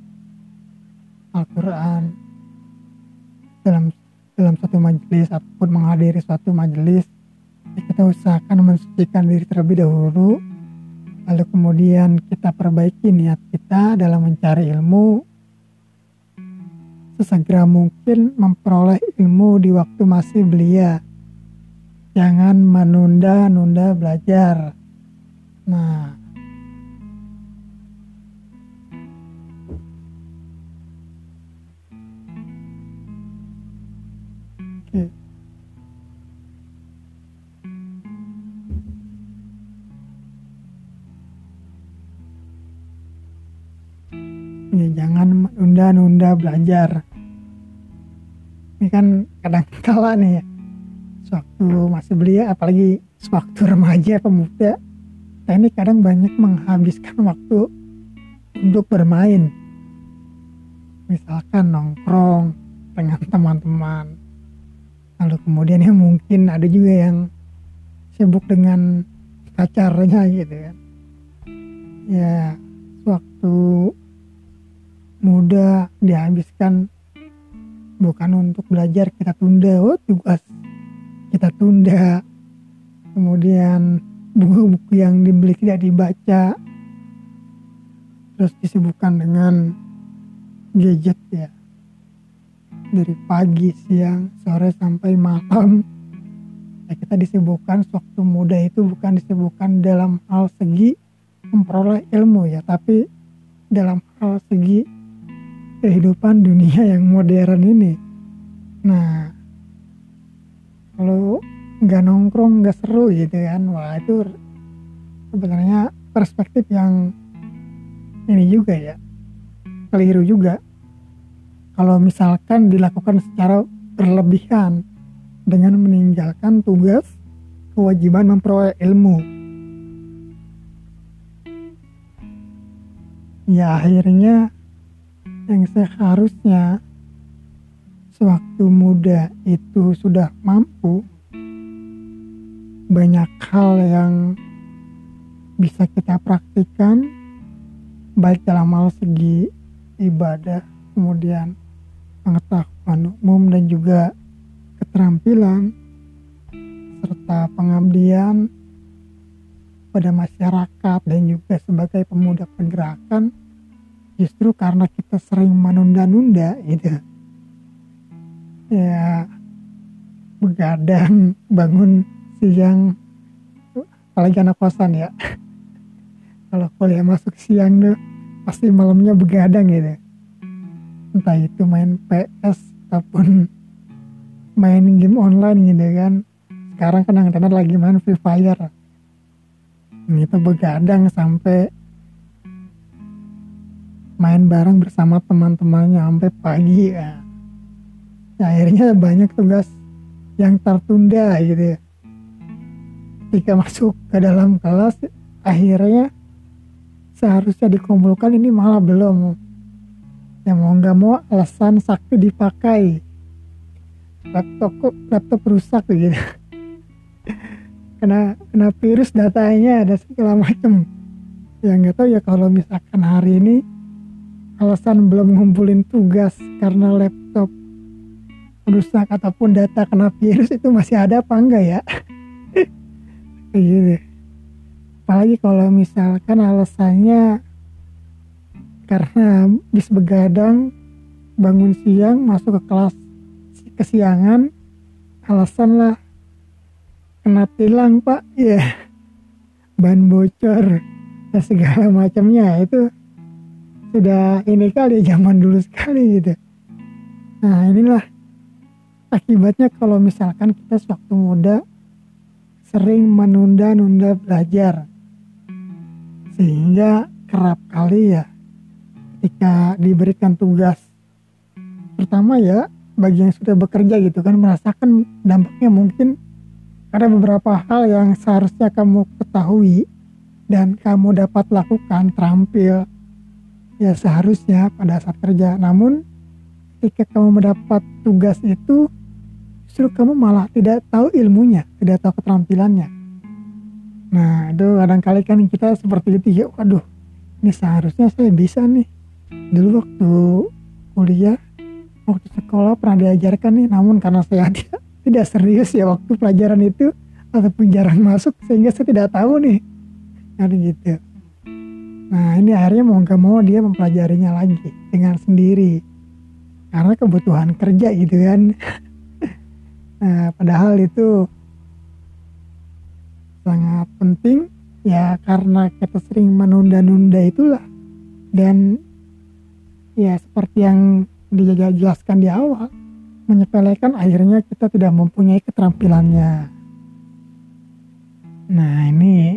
Al-Quran dalam dalam suatu majelis ataupun menghadiri suatu majelis, ya kita usahakan mensucikan diri terlebih dahulu, lalu kemudian kita perbaiki niat kita dalam mencari ilmu, sesegera mungkin memperoleh ilmu di waktu masih belia, jangan menunda-nunda belajar. Nah, oke. Ya, jangan menunda-nunda belajar. Ini kan kadang kala nih ya, sewaktu masih belia, apalagi sewaktu remaja pemuda, kita ini kadang banyak menghabiskan waktu untuk bermain. misalkan nongkrong dengan teman-teman, lalu kemudian ya mungkin ada juga yang sibuk dengan pacarnya gitu kan. Ya waktu muda dihabiskan bukan untuk belajar, kita tunda, oh tugas kita tunda, kemudian buku-buku yang dibeli tidak dibaca, terus disibukkan dengan gadget ya, dari pagi, siang, sore sampai malam. Ya kita disibukkan waktu muda itu bukan disibukkan dalam hal segi memperoleh ilmu ya, tapi dalam hal segi kehidupan dunia yang modern ini. Nah, kalau nggak nongkrong nggak seru gitu kan, wah itu sebenarnya perspektif yang ini juga ya, keliru juga. Kalau misalkan dilakukan secara berlebihan dengan meninggalkan tugas kewajiban memperoleh ilmu, ya akhirnya yang seharusnya sewaktu muda itu sudah mampu, banyak hal yang bisa kita praktikkan baik dalam hal segi ibadah, kemudian pengetahuan umum dan juga keterampilan serta pengabdian pada masyarakat dan juga sebagai pemuda pergerakan, justru karena kita sering menunda-nunda gitu ya, begadang bangun siang, apalagi anak kosan ya kalau kuliah masuk siang tuh pasti malamnya begadang gitu, entah itu main P S ataupun main game online gitu kan. Sekarang kan anak-anak lagi main Free Fire, itu begadang sampai main bareng bersama teman-temannya sampai pagi ya. Nah, akhirnya banyak tugas yang tertunda gitu ya. Ketika masuk ke dalam kelas, akhirnya seharusnya dikumpulkan, ini malah belum. Ya mau nggak mau alasan sakti dipakai, laptop laptop rusak gitu, kena kena virus datanya ada segala macam. Ya nggak tahu ya, kalau misalkan hari ini alasan belum ngumpulin tugas karena laptop rusak ataupun data kena virus, itu masih ada apa enggak ya? Kayak gitu. Apalagi kalau misalkan alasannya karena habis begadang, bangun siang, masuk ke kelas kesiangan, alasan lah kena tilang pak, ya yeah. Ban bocor dan segala macamnya, itu sudah ini kali zaman dulu sekali gitu. Nah inilah akibatnya kalau misalkan kita sewaktu muda sering menunda-nunda belajar, sehingga kerap kali ya ketika diberikan tugas, pertama ya bagi yang sudah bekerja gitu kan, merasakan dampaknya. Mungkin ada beberapa hal yang seharusnya kamu ketahui dan kamu dapat lakukan, terampil ya seharusnya pada saat kerja. Namun ketika kamu mendapat tugas itu, justru kamu malah tidak tahu ilmunya, tidak tahu keterampilannya. Nah itu kadang-kali kan kita seperti itu ya, waduh ini seharusnya saya bisa nih. Dulu waktu kuliah, waktu sekolah pernah diajarkan nih, namun karena saya tidak, tidak serius ya waktu pelajaran itu, ataupun jarang masuk, sehingga saya tidak tahu nih. Nah gitu. Nah ini akhirnya mau gak mau dia mempelajarinya lagi dengan sendiri, karena kebutuhan kerja gitu kan. Nah padahal itu sangat penting ya, karena kita sering menunda-nunda itulah. Dan ya seperti yang dijelaskan di awal, menyepelekan, akhirnya kita tidak mempunyai keterampilannya. Nah ini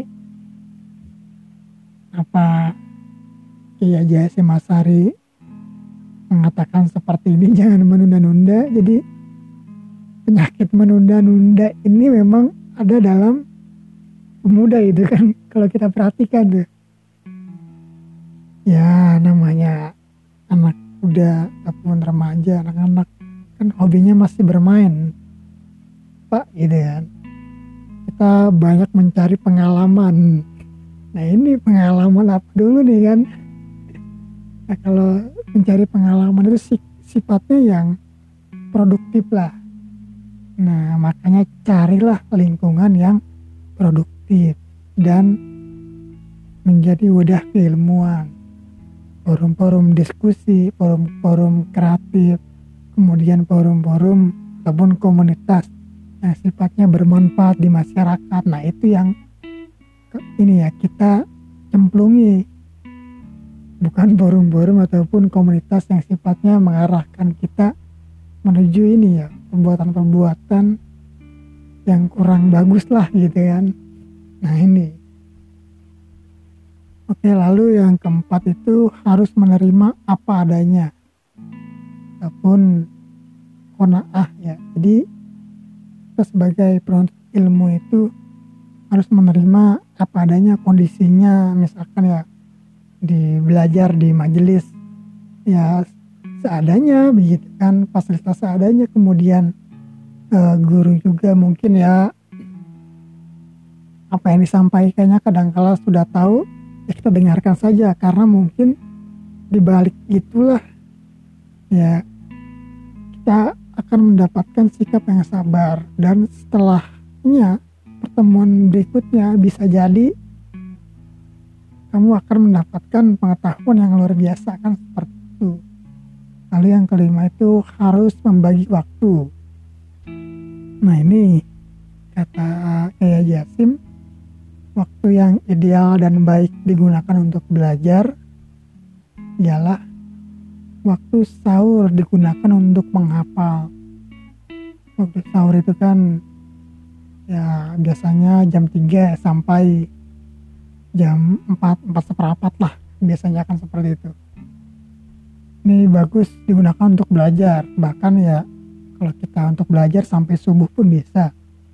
apa Kiai Haji Hasyim Asy'ari mengatakan seperti ini, jangan menunda-nunda. Jadi penyakit menunda-nunda ini memang ada dalam pemuda itu kan, kalau kita perhatikan tuh. Ya namanya anak muda ataupun remaja, anak-anak kan hobinya masih bermain, Pak, gitu kan. Kita banyak mencari pengalaman. Nah ini pengalaman apa dulu nih kan? Nah kalau mencari pengalaman itu sifatnya yang produktif lah. Nah makanya carilah lingkungan yang produktif dan menjadi wadah keilmuan, forum-forum diskusi, forum-forum kreatif, kemudian forum-forum ataupun komunitas yang sifatnya bermanfaat di masyarakat. Nah itu yang ini ya kita cemplungi, bukan forum-forum ataupun komunitas yang sifatnya mengarahkan kita menuju ini ya perbuatan-perbuatan yang kurang bagus lah gitu kan. Nah ini oke, lalu yang keempat itu harus menerima apa adanya ataupun qanaah ya. Jadi kita sebagai penuntut ilmu itu harus menerima apa adanya kondisinya. Misalkan ya di belajar di majelis ya seadanya begitu kan, fasilitas seadanya. Kemudian uh, guru juga mungkin ya apa yang disampaikannya kadangkala sudah tahu, ya kita dengarkan saja, karena mungkin dibalik itulah ya kita akan mendapatkan sikap yang sabar, dan setelahnya pertemuan berikutnya bisa jadi kamu akan mendapatkan pengetahuan yang luar biasa kan, seperti itu. Lalu yang kelima itu harus membagi waktu. Nah ini kata Kiai Jasim, waktu yang ideal dan baik digunakan untuk belajar ialah waktu sahur digunakan untuk menghafal. Waktu sahur itu kan ya biasanya jam tiga sampai jam empat, empat seperempat lah. Biasanya akan seperti itu. Ini bagus digunakan untuk belajar. Bahkan ya kalau kita untuk belajar sampai subuh pun bisa.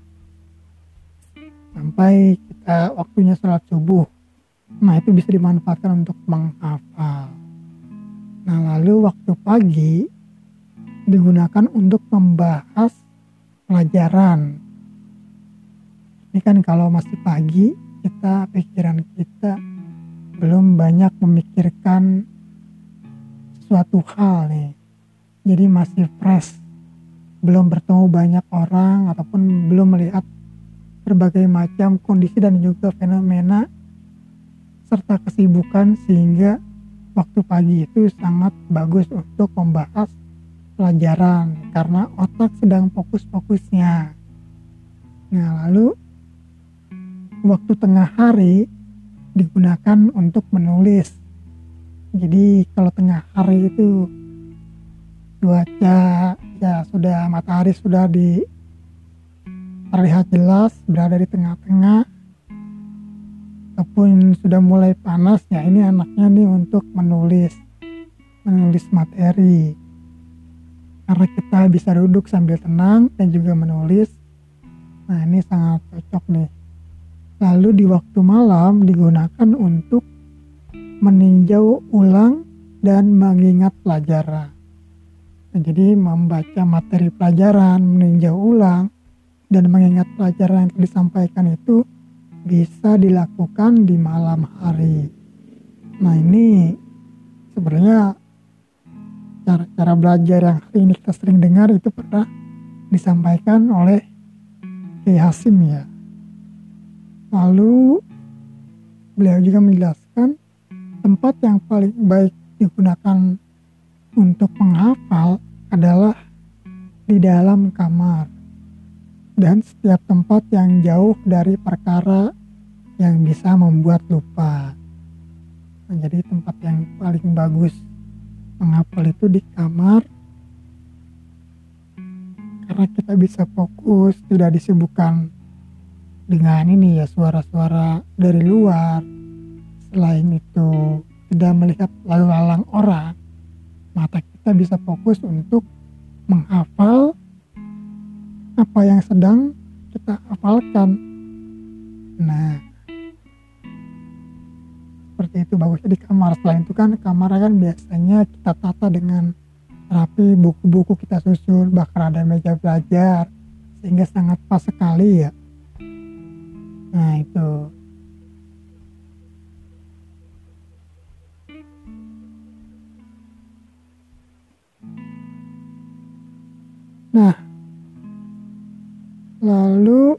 Sampai kita waktunya sholat subuh. Nah itu bisa dimanfaatkan untuk menghafal. Nah lalu waktu pagi digunakan untuk membahas pelajaran. Ini kan kalau masih pagi, kita pikiran kita belum banyak memikirkan suatu hal nih. Jadi masih fresh, belum bertemu banyak orang ataupun belum melihat berbagai macam kondisi dan juga fenomena serta kesibukan, sehingga waktu pagi itu sangat bagus untuk membahas pelajaran karena otak sedang fokus-fokusnya. Nah lalu waktu tengah hari digunakan untuk menulis. Jadi kalau tengah hari itu cuaca ya sudah, matahari sudah di terlihat jelas berada di tengah-tengah ataupun sudah mulai panas, ya ini enaknya nih untuk menulis menulis materi, karena kita bisa duduk sambil tenang dan juga menulis. Nah ini sangat cocok nih. Lalu di waktu malam digunakan untuk meninjau ulang dan mengingat pelajaran. Nah, jadi membaca materi pelajaran, meninjau ulang, dan mengingat pelajaran yang disampaikan itu bisa dilakukan di malam hari. Nah ini sebenarnya cara-cara belajar yang hari ini kita sering dengar itu pernah disampaikan oleh Kiai Hasim ya. Lalu beliau juga menjelaskan tempat yang paling baik digunakan untuk menghafal adalah di dalam kamar, dan setiap tempat yang jauh dari perkara yang bisa membuat lupa. Nah, jadi tempat yang paling bagus menghafal itu di kamar, karena kita bisa fokus, tidak disibukkan dengan ini ya suara-suara dari luar. Selain itu tidak melihat lalu lalang orang, mata kita bisa fokus untuk menghafal apa yang sedang kita hafalkan. Nah seperti itu, bagusnya di kamar. Selain itu kan kamar kan biasanya kita tata dengan rapi, buku-buku kita susun, bahkan ada meja belajar, sehingga sangat pas sekali ya. Nah itu. Nah, lalu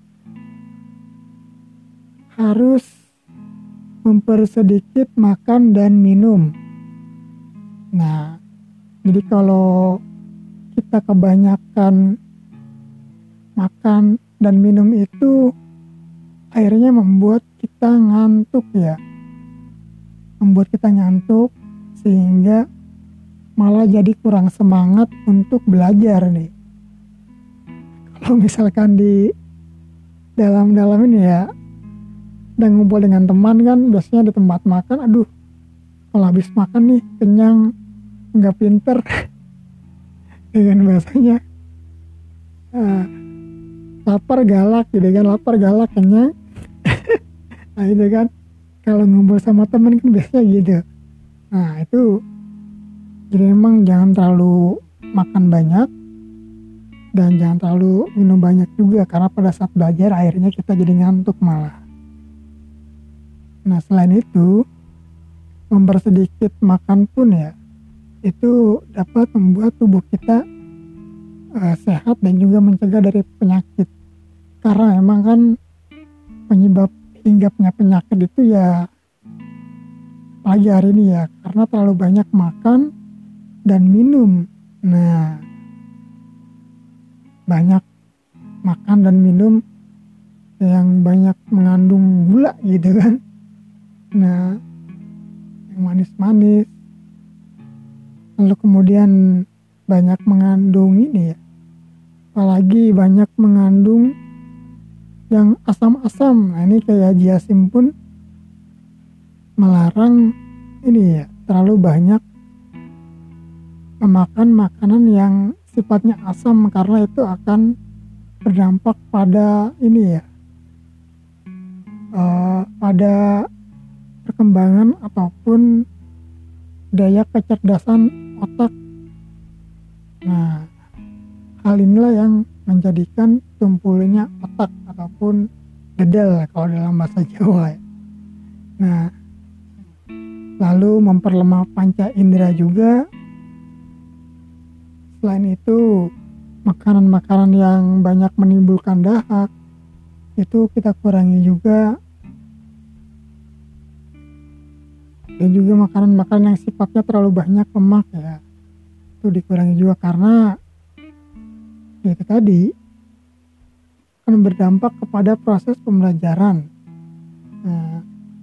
harus mempersedikit makan dan minum. Nah, jadi kalau kita kebanyakan makan dan minum itu akhirnya membuat kita ngantuk ya. Membuat kita ngantuk sehingga malah jadi kurang semangat untuk belajar nih. Kalau misalkan di dalam-dalam ini ya, dan ngumpul dengan teman kan biasanya di tempat makan, aduh kalau habis makan nih kenyang, nggak pinter dengan bahasanya uh, lapar galak gitu kan, lapar galak kenyang. Nah itu kan kalau ngumpul sama teman kan biasanya gitu. Nah itu jadi memang jangan terlalu makan banyak dan jangan terlalu minum banyak juga, karena pada saat belajar akhirnya kita jadi ngantuk malah. Nah selain itu, mempersedikit makan pun ya, itu dapat membuat tubuh kita uh, sehat dan juga mencegah dari penyakit. Karena emang kan penyebab hinggapnya penyakit itu ya, apalagi hari ini ya, karena terlalu banyak makan dan minum. Nah, banyak makan dan minum yang banyak mengandung gula gitu kan. Nah, yang manis-manis. Lalu kemudian banyak mengandung ini ya, apalagi banyak mengandung yang asam-asam. Nah, ini kayak Jiasim pun melarang ini ya, terlalu banyak memakan makanan yang sifatnya asam, karena itu akan berdampak pada ini ya, uh, pada perkembangan ataupun daya kecerdasan otak. Nah, hal inilah yang menjadikan tumpulnya otak ataupun dedel kalau dalam bahasa Jawa ya. Nah, lalu memperlemah panca indera juga. Selain itu, makanan-makanan yang banyak menimbulkan dahak itu kita kurangi juga. Dan juga makanan-makanan yang sifatnya terlalu banyak lemak ya, itu dikurangi juga, karena itu tadi akan berdampak kepada proses pembelajaran. Nah,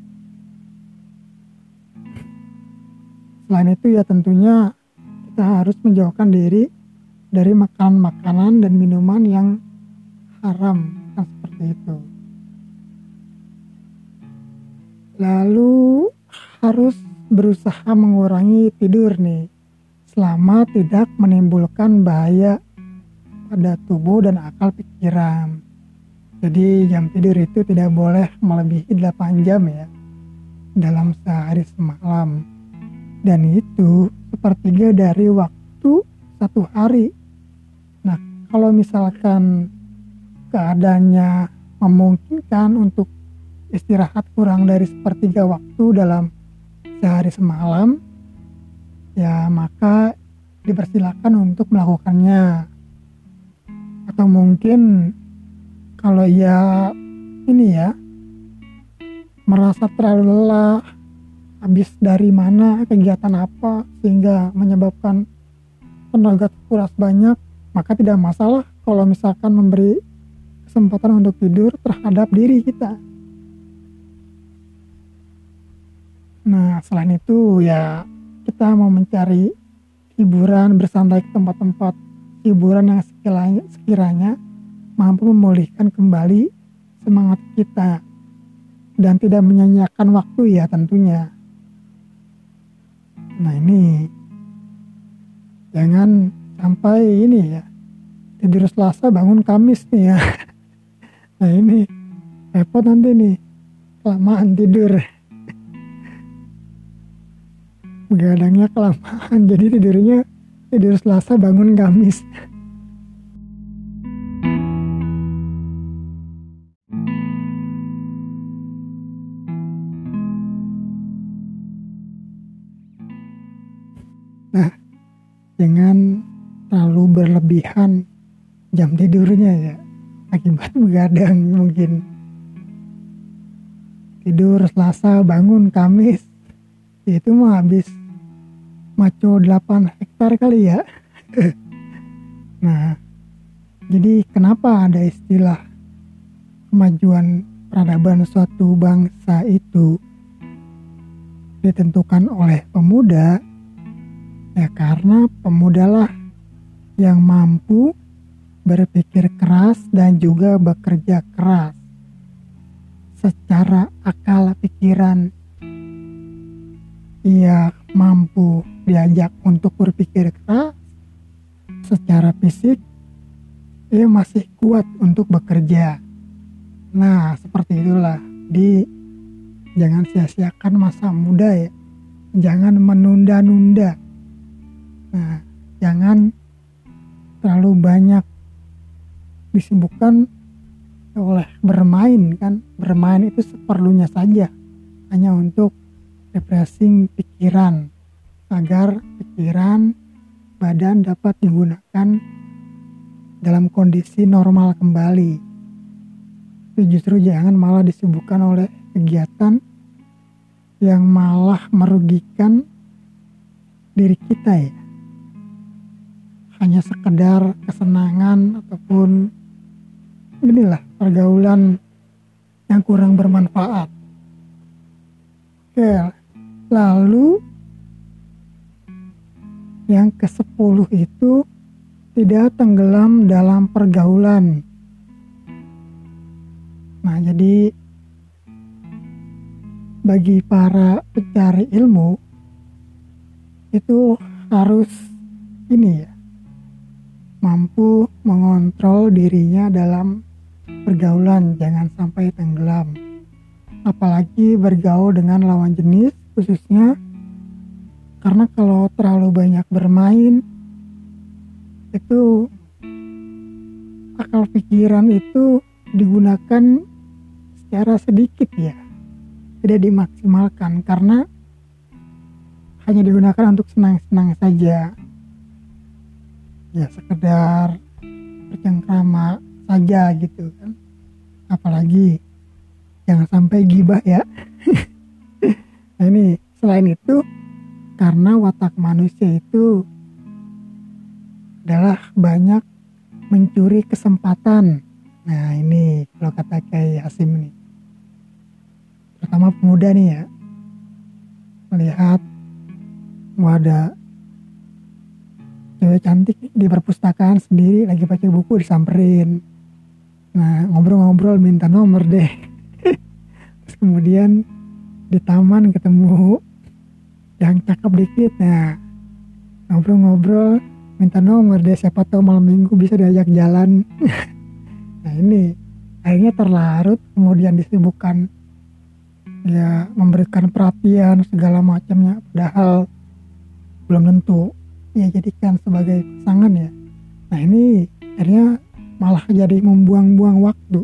selain itu ya tentunya kita harus menjauhkan diri dari makanan-makanan dan minuman yang haram, kan seperti itu. Lalu harus berusaha mengurangi tidur nih, selama tidak menimbulkan bahaya pada tubuh dan akal pikiran. Jadi jam tidur itu tidak boleh melebihi delapan jam ya, dalam sehari semalam. Dan itu sepertiga dari waktu satu hari. Nah, kalau misalkan keadaannya memungkinkan untuk istirahat kurang dari sepertiga waktu dalam sehari semalam, ya maka dipersilakan untuk melakukannya. Atau mungkin kalau ya ini ya, merasa terlalu lelah, habis dari mana, kegiatan apa, sehingga menyebabkan tenaga terkuras banyak, maka tidak masalah kalau misalkan memberi kesempatan untuk tidur terhadap diri kita. Nah, selain itu ya kita mau mencari hiburan, bersantai ke tempat-tempat hiburan yang sekiranya, sekiranya mampu memulihkan kembali semangat kita dan tidak menyanyiakan waktu ya tentunya. Nah ini jangan sampai ini ya, tidur Selasa bangun Kamis nih ya. Nah ini repot nanti nih, kelamaan tidur. begadangnya kelamaan, jadi tidurnya tidur Selasa bangun Kamis. Nah, jangan terlalu berlebihan jam tidurnya ya, akibat begadang mungkin. Tidur Selasa bangun Kamis, itu mah habis maco delapan hektar kali ya. Nah, jadi kenapa ada istilah kemajuan peradaban suatu bangsa itu ditentukan oleh pemuda? Ya karena pemudalah yang mampu berpikir keras dan juga bekerja keras secara akal pikiran. Ia mampu diajak untuk berpikir keras, secara fisik ia masih kuat untuk bekerja. Nah, seperti itulah. Di jangan sia-siakan masa muda ya. Jangan menunda-nunda. Nah, jangan terlalu banyak disibukkan oleh bermain kan. Bermain itu seperlunya saja, hanya untuk refreshing pikiran, agar pikiran, badan dapat digunakan dalam kondisi normal kembali. Tapi justru jangan malah disibukkan oleh kegiatan yang malah merugikan diri kita ya. Hanya sekedar kesenangan ataupun inilah pergaulan yang kurang bermanfaat. Oke, lalu yang kesepuluh itu tidak tenggelam dalam pergaulan. Nah, jadi bagi para pencari ilmu itu harus ini ya, mampu mengontrol dirinya dalam pergaulan, jangan sampai tenggelam. Apalagi bergaul dengan lawan jenis, khususnya karena kalau terlalu banyak bermain itu akal pikiran itu digunakan secara sedikit ya, tidak dimaksimalkan karena hanya digunakan untuk senang-senang saja ya, sekedar bercengkrama saja gitu kan. Apalagi jangan sampai gibah ya. Nah ini selain itu, karena watak manusia itu adalah banyak mencuri kesempatan. Nah ini kalau kata Kiai Hasim nih, terutama pemuda nih ya, melihat wadah cewek cantik di perpustakaan sendiri lagi baca buku disamperin. Nah ngobrol-ngobrol minta nomor deh. Terus kemudian di taman ketemu yang cakep dikit, nah ngobrol-ngobrol minta nomor deh, siapa tahu malam minggu bisa diajak jalan. Nah ini akhirnya terlarut, kemudian disibukkan ya memberikan perhatian segala macamnya, padahal belum tentu ya jadikan sebagai pasangan ya. Nah ini akhirnya malah jadi membuang-buang waktu,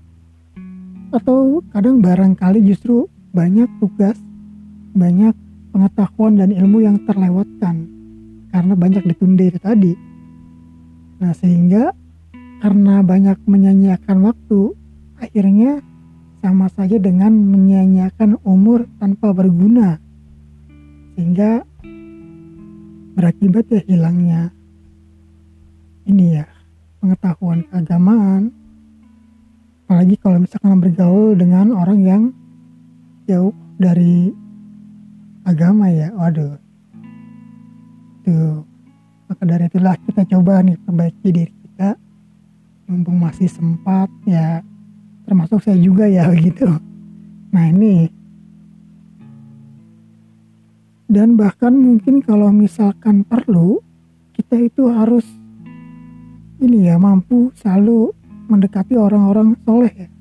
atau kadang barangkali justru banyak tugas, banyak pengetahuan dan ilmu yang terlewatkan karena banyak ditunda itu tadi. Nah sehingga karena banyak menyia-nyiakan waktu, akhirnya sama saja dengan menyia-nyiakan umur tanpa berguna, sehingga berakibat ya hilangnya ini ya pengetahuan keagamaan. Apalagi kalau misalkan bergaul dengan orang yang jauh dari agama ya, waduh tuh. Maka dari itulah kita coba nih perbaiki diri kita mumpung masih sempat ya, termasuk saya juga ya gitu. Nah ini, dan bahkan mungkin kalau misalkan perlu, kita itu harus ini ya, mampu selalu mendekati orang-orang soleh ya,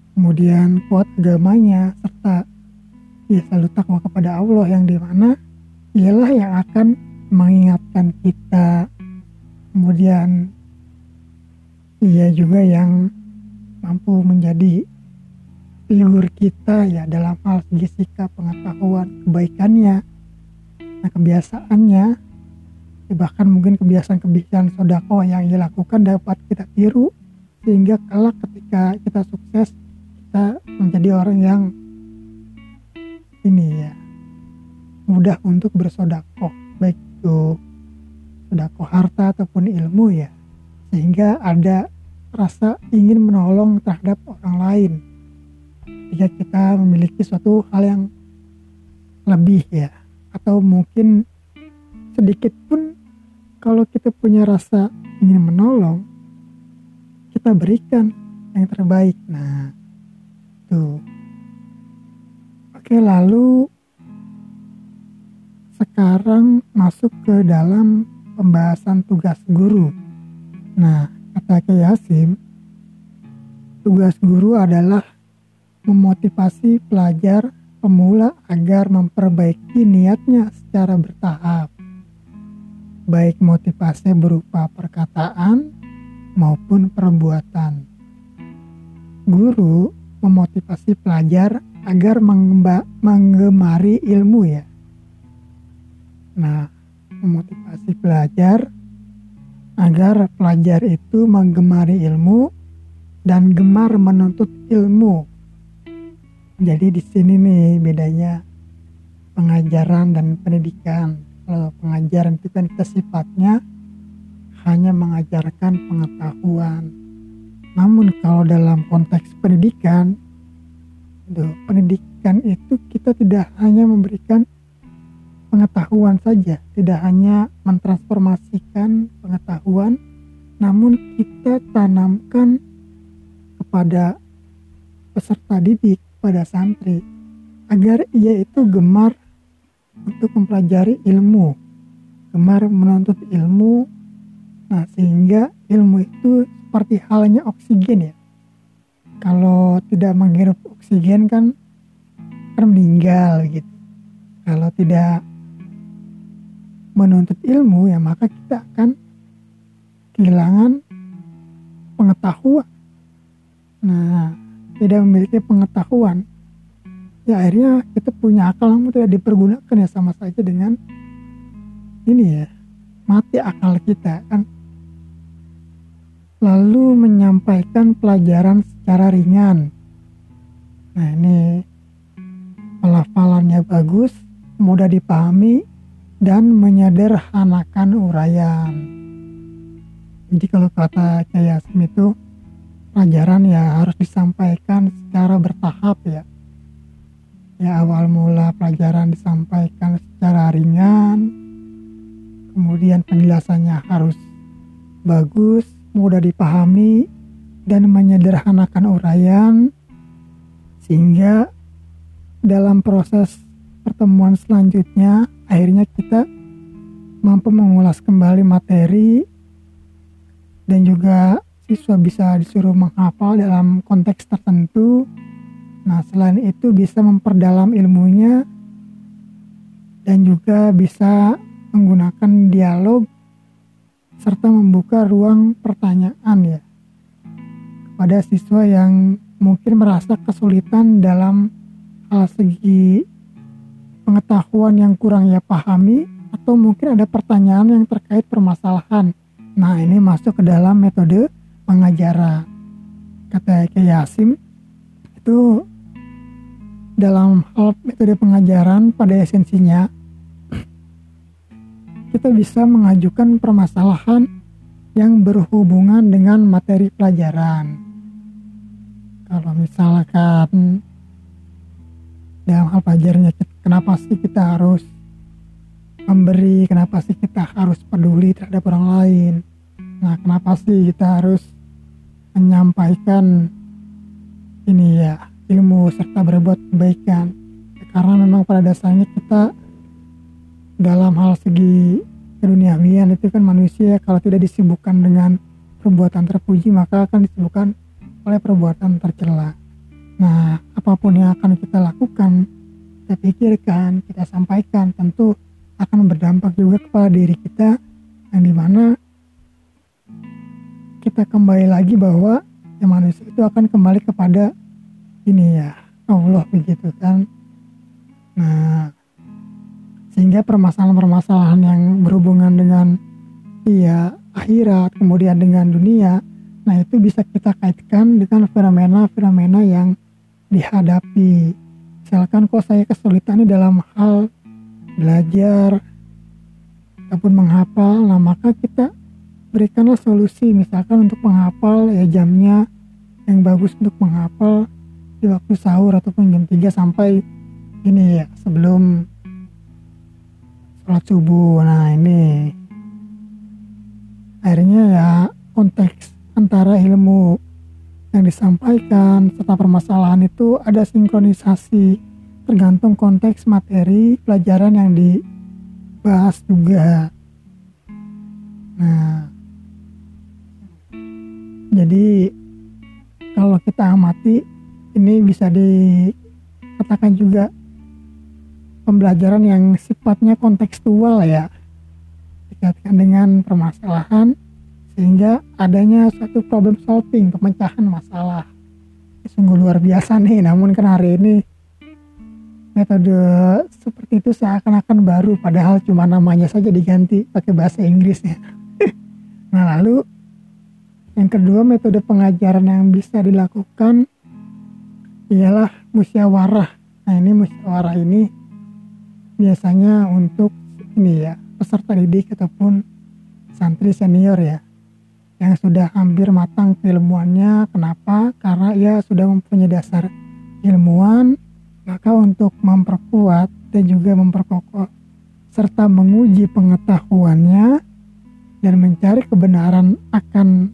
kemudian kuat agamanya, serta ya selalu takwa kepada Allah, yang dimana ialah yang akan mengingatkan kita, kemudian ia juga yang mampu menjadi figur kita ya dalam hal segi sikap, pengetahuan, kebaikannya, nah kebiasaannya, ya bahkan mungkin kebiasaan-kebiasaan sedekah yang ia lakukan dapat kita tiru, sehingga kelak ketika kita sukses kita menjadi orang yang ini ya mudah untuk bersedekah, baik itu sedekah harta ataupun ilmu ya, sehingga ada rasa ingin menolong terhadap orang lain jika kita memiliki suatu hal yang lebih ya, atau mungkin sedikit pun kalau kita punya rasa ingin menolong, kita berikan yang terbaik. Nah tuh, oke, lalu sekarang masuk ke dalam pembahasan tugas guru. Nah, kata Kyai Hasyim, tugas guru adalah memotivasi pelajar pemula agar memperbaiki niatnya secara bertahap, baik motivasi berupa perkataan maupun perbuatan. Guru memotivasi pelajar agar mengemba- menggemari ilmu ya. Nah, memotivasi pelajar agar pelajar itu menggemari ilmu dan gemar menuntut ilmu. Jadi di sini nih bedanya pengajaran dan pendidikan. Kalau pengajaran itu kan kita sifatnya hanya mengajarkan pengetahuan. Namun kalau dalam konteks pendidikan, itu pendidikan itu kita tidak hanya memberikan pengetahuan saja, tidak hanya mentransformasikan pengetahuan, namun kita tanamkan kepada peserta didik, pada santri, agar ia itu gemar untuk mempelajari ilmu, gemar menuntut ilmu. Nah, sehingga ilmu itu seperti halnya oksigen ya. Kalau tidak menghirup oksigen kan akan meninggal gitu. Kalau tidak menuntut ilmu ya maka kita akan kehilangan pengetahuan. Nah, tidak memiliki pengetahuan ya akhirnya kita punya akal namun tidak dipergunakan, ya sama saja dengan ini ya, mati akal kita kan. Lalu menyampaikan pelajaran secara ringan. Nah, ini pelafalannya bagus, mudah dipahami, dan menyederhanakan uraian. Jadi kalau kata Kyai Hasyim itu, pelajaran ya harus disampaikan secara bertahap ya. Ya awal mula pelajaran disampaikan secara ringan, kemudian penjelasannya harus bagus, mudah dipahami, dan menyederhanakan uraian, sehingga dalam proses pertemuan selanjutnya akhirnya kita mampu mengulas kembali materi dan juga siswa bisa disuruh menghafal dalam konteks tertentu. Nah, selain itu bisa memperdalam ilmunya dan juga bisa menggunakan dialog serta membuka ruang pertanyaan ya kepada siswa yang mungkin merasa kesulitan dalam hal segi pengetahuan yang kurang ia pahami, atau mungkin ada pertanyaan yang terkait permasalahan. Nah, ini masuk ke dalam metode pengajaran. Kata Kyai Hasyim, itu dalam hal metode pengajaran pada esensinya kita bisa mengajukan permasalahan yang berhubungan dengan materi pelajaran. Kalau misalkan dalam hal pelajarannya, kenapa sih kita harus memberi, kenapa sih kita harus peduli terhadap orang lain, nah kenapa sih kita harus menyampaikan ini ya ilmu serta berbuat kebaikan, ya, karena memang pada dasarnya kita dalam hal segi keduniawian itu kan manusia kalau tidak disibukkan dengan perbuatan terpuji maka akan disibukkan oleh perbuatan tercela. Nah, apapun yang akan kita lakukan, kita pikirkan, kita sampaikan, tentu akan berdampak juga kepada diri kita, yang dimana kita kembali lagi bahwa ya manusia itu akan kembali kepada ini ya Allah begitu kan. Nah, sehingga permasalahan-permasalahan yang berhubungan dengan iya akhirat kemudian dengan dunia, nah itu bisa kita kaitkan dengan fenomena-fenomena yang dihadapi. Misalkan kok saya kesulitan nih dalam hal belajar ataupun menghafal, nah maka kita berikanlah solusi, misalkan untuk menghafal ya jamnya yang bagus untuk menghafal di waktu sahur ataupun jam tiga sampai ini ya sebelum sholat subuh. Nah ini akhirnya ya konteks antara ilmu yang disampaikan serta permasalahan itu ada sinkronisasi tergantung konteks materi pelajaran yang dibahas juga. Nah, jadi kalau kita amati ini bisa dikatakan juga pembelajaran yang sifatnya kontekstual ya, dikaitkan dengan permasalahan sehingga adanya suatu problem solving, pemecahan masalah. Sungguh luar biasa nih, namun kan hari ini metode seperti itu seakan-akan baru, padahal cuma namanya saja diganti pakai bahasa Inggrisnya. Nah lalu yang kedua, metode pengajaran yang bisa dilakukan ialah musyawarah. Nah ini musyawarah ini biasanya untuk ini ya peserta didik ataupun santri senior ya yang sudah hampir matang keilmuannya. Kenapa? Karena ia sudah mempunyai dasar ilmuwan. Maka untuk memperkuat dan juga memperkokoh serta menguji pengetahuannya dan mencari kebenaran akan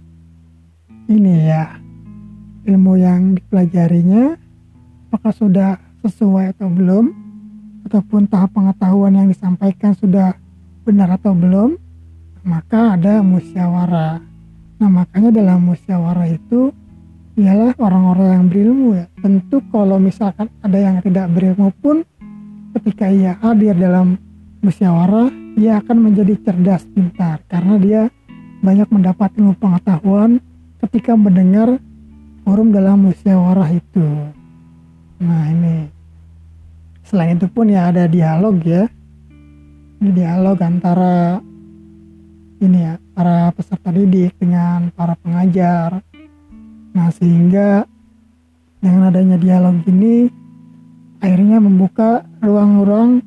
ini ya ilmu yang dipelajarinya, apakah sudah sesuai atau belum, ataupun tahap pengetahuan yang disampaikan sudah benar atau belum, maka ada musyawarah. Nah makanya dalam musyawarah itu ialah orang-orang yang berilmu ya. Tentu kalau misalkan ada yang tidak berilmu pun ketika ia hadir dalam musyawarah, ia akan menjadi cerdas pintar karena dia banyak mendapat ilmu pengetahuan ketika mendengar forum dalam musyawarah itu. Nah ini selain itu pun ya ada dialog ya, ini dialog antara ini ya para peserta didik dengan para pengajar. Nah sehingga dengan adanya dialog ini akhirnya membuka ruang-ruang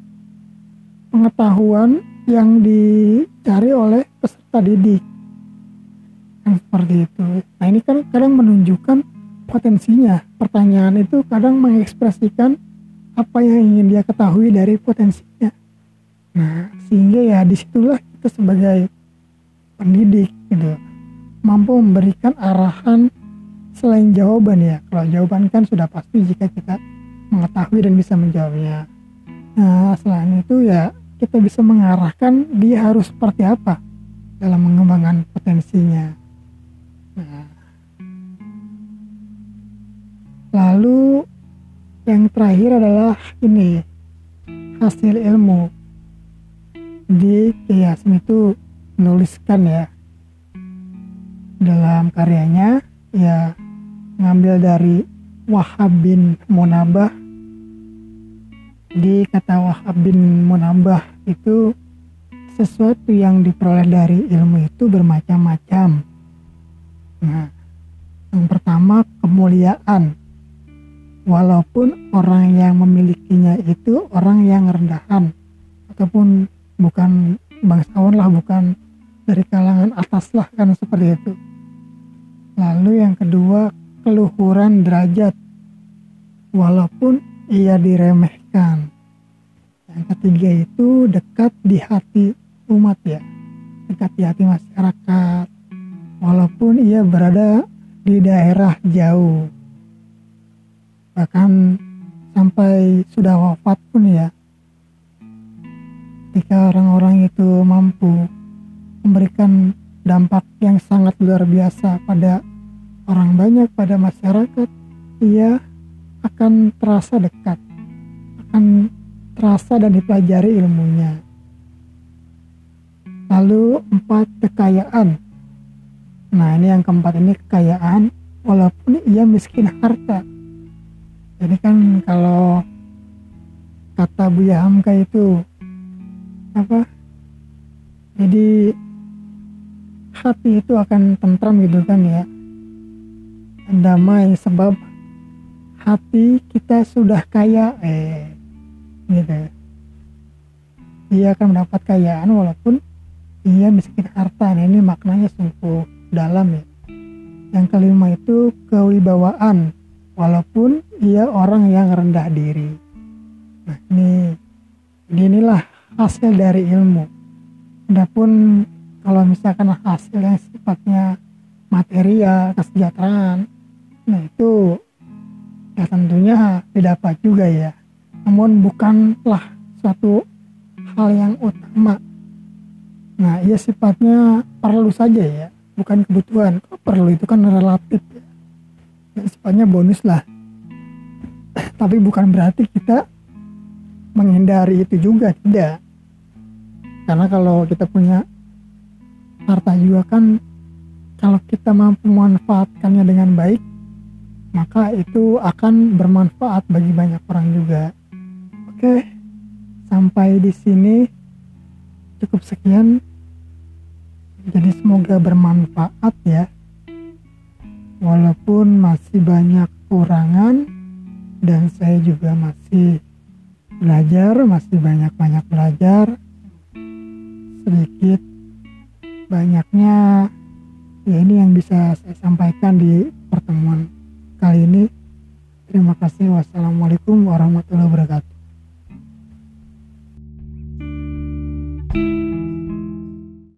pengetahuan yang dicari oleh peserta didik yang seperti itu. Nah ini kan kadang menunjukkan potensinya. Pertanyaan itu kadang mengekspresikan apa yang ingin dia ketahui dari potensinya. Nah sehingga ya disitulah kita sebagai pendidik gitu mampu memberikan arahan selain jawaban ya. Kalau jawaban kan sudah pasti jika kita mengetahui dan bisa menjawabnya. Nah selain itu ya kita bisa mengarahkan dia harus seperti apa dalam mengembangkan potensinya. Nah, lalu yang terakhir adalah ini hasil ilmu. Di Kiai Hasim itu menuliskan ya dalam karyanya ya ngambil dari Wahab bin Munabah. Di kata Wahab bin Munabah itu sesuatu yang diperoleh dari ilmu itu bermacam-macam. Nah, yang pertama kemuliaan. Walaupun orang yang memilikinya itu orang yang rendahan ataupun bukan bangsawan lah, bukan dari kalangan atas lah kan seperti itu. Lalu yang kedua keluhuran derajat. Walaupun ia diremehkan. Yang ketiga itu dekat di hati umat ya, dekat di hati masyarakat walaupun ia berada di daerah jauh, bahkan sampai sudah wafat pun ya, ketika orang-orang itu mampu memberikan dampak yang sangat luar biasa pada orang banyak, pada masyarakat, ia akan terasa dekat, akan terasa dan dipelajari ilmunya. Lalu empat, kekayaan. Nah ini yang keempat ini kekayaan walaupun ia miskin harta. Jadi kan kalau kata Buya Hamka itu apa? Jadi hati itu akan tentram gitu kan ya, damai sebab hati kita sudah kaya, eh gitu. Dia akan mendapat kekayaan walaupun ia miskin harta. Nah, ini maknanya sungguh dalam ya. Yang kelima itu kewibawaan walaupun ia orang yang rendah diri. Nah ini inilah hasil dari ilmu. Adapun kalau misalkan hasil yang sifatnya material, kesejahteraan, nah itu ya tentunya didapat juga ya. Namun bukanlah suatu hal yang utama. Nah ia sifatnya perlu saja ya, bukan kebutuhan. Perlu itu kan relatif ya. Ya sifatnya bonus lah. Tapi bukan berarti kita menghindari itu juga, tidak. Karena kalau kita punya harta juga kan, kalau kita mampu memanfaatkannya dengan baik, maka itu akan bermanfaat bagi banyak orang juga. Oke, sampai di sini cukup sekian. Jadi semoga bermanfaat ya. Walaupun masih banyak kekurangan dan saya juga masih belajar, masih banyak-banyak belajar. Sedikit banyaknya ya ini yang bisa saya sampaikan di pertemuan kali ini. Terima kasih. Wassalamualaikum warahmatullahi wabarakatuh.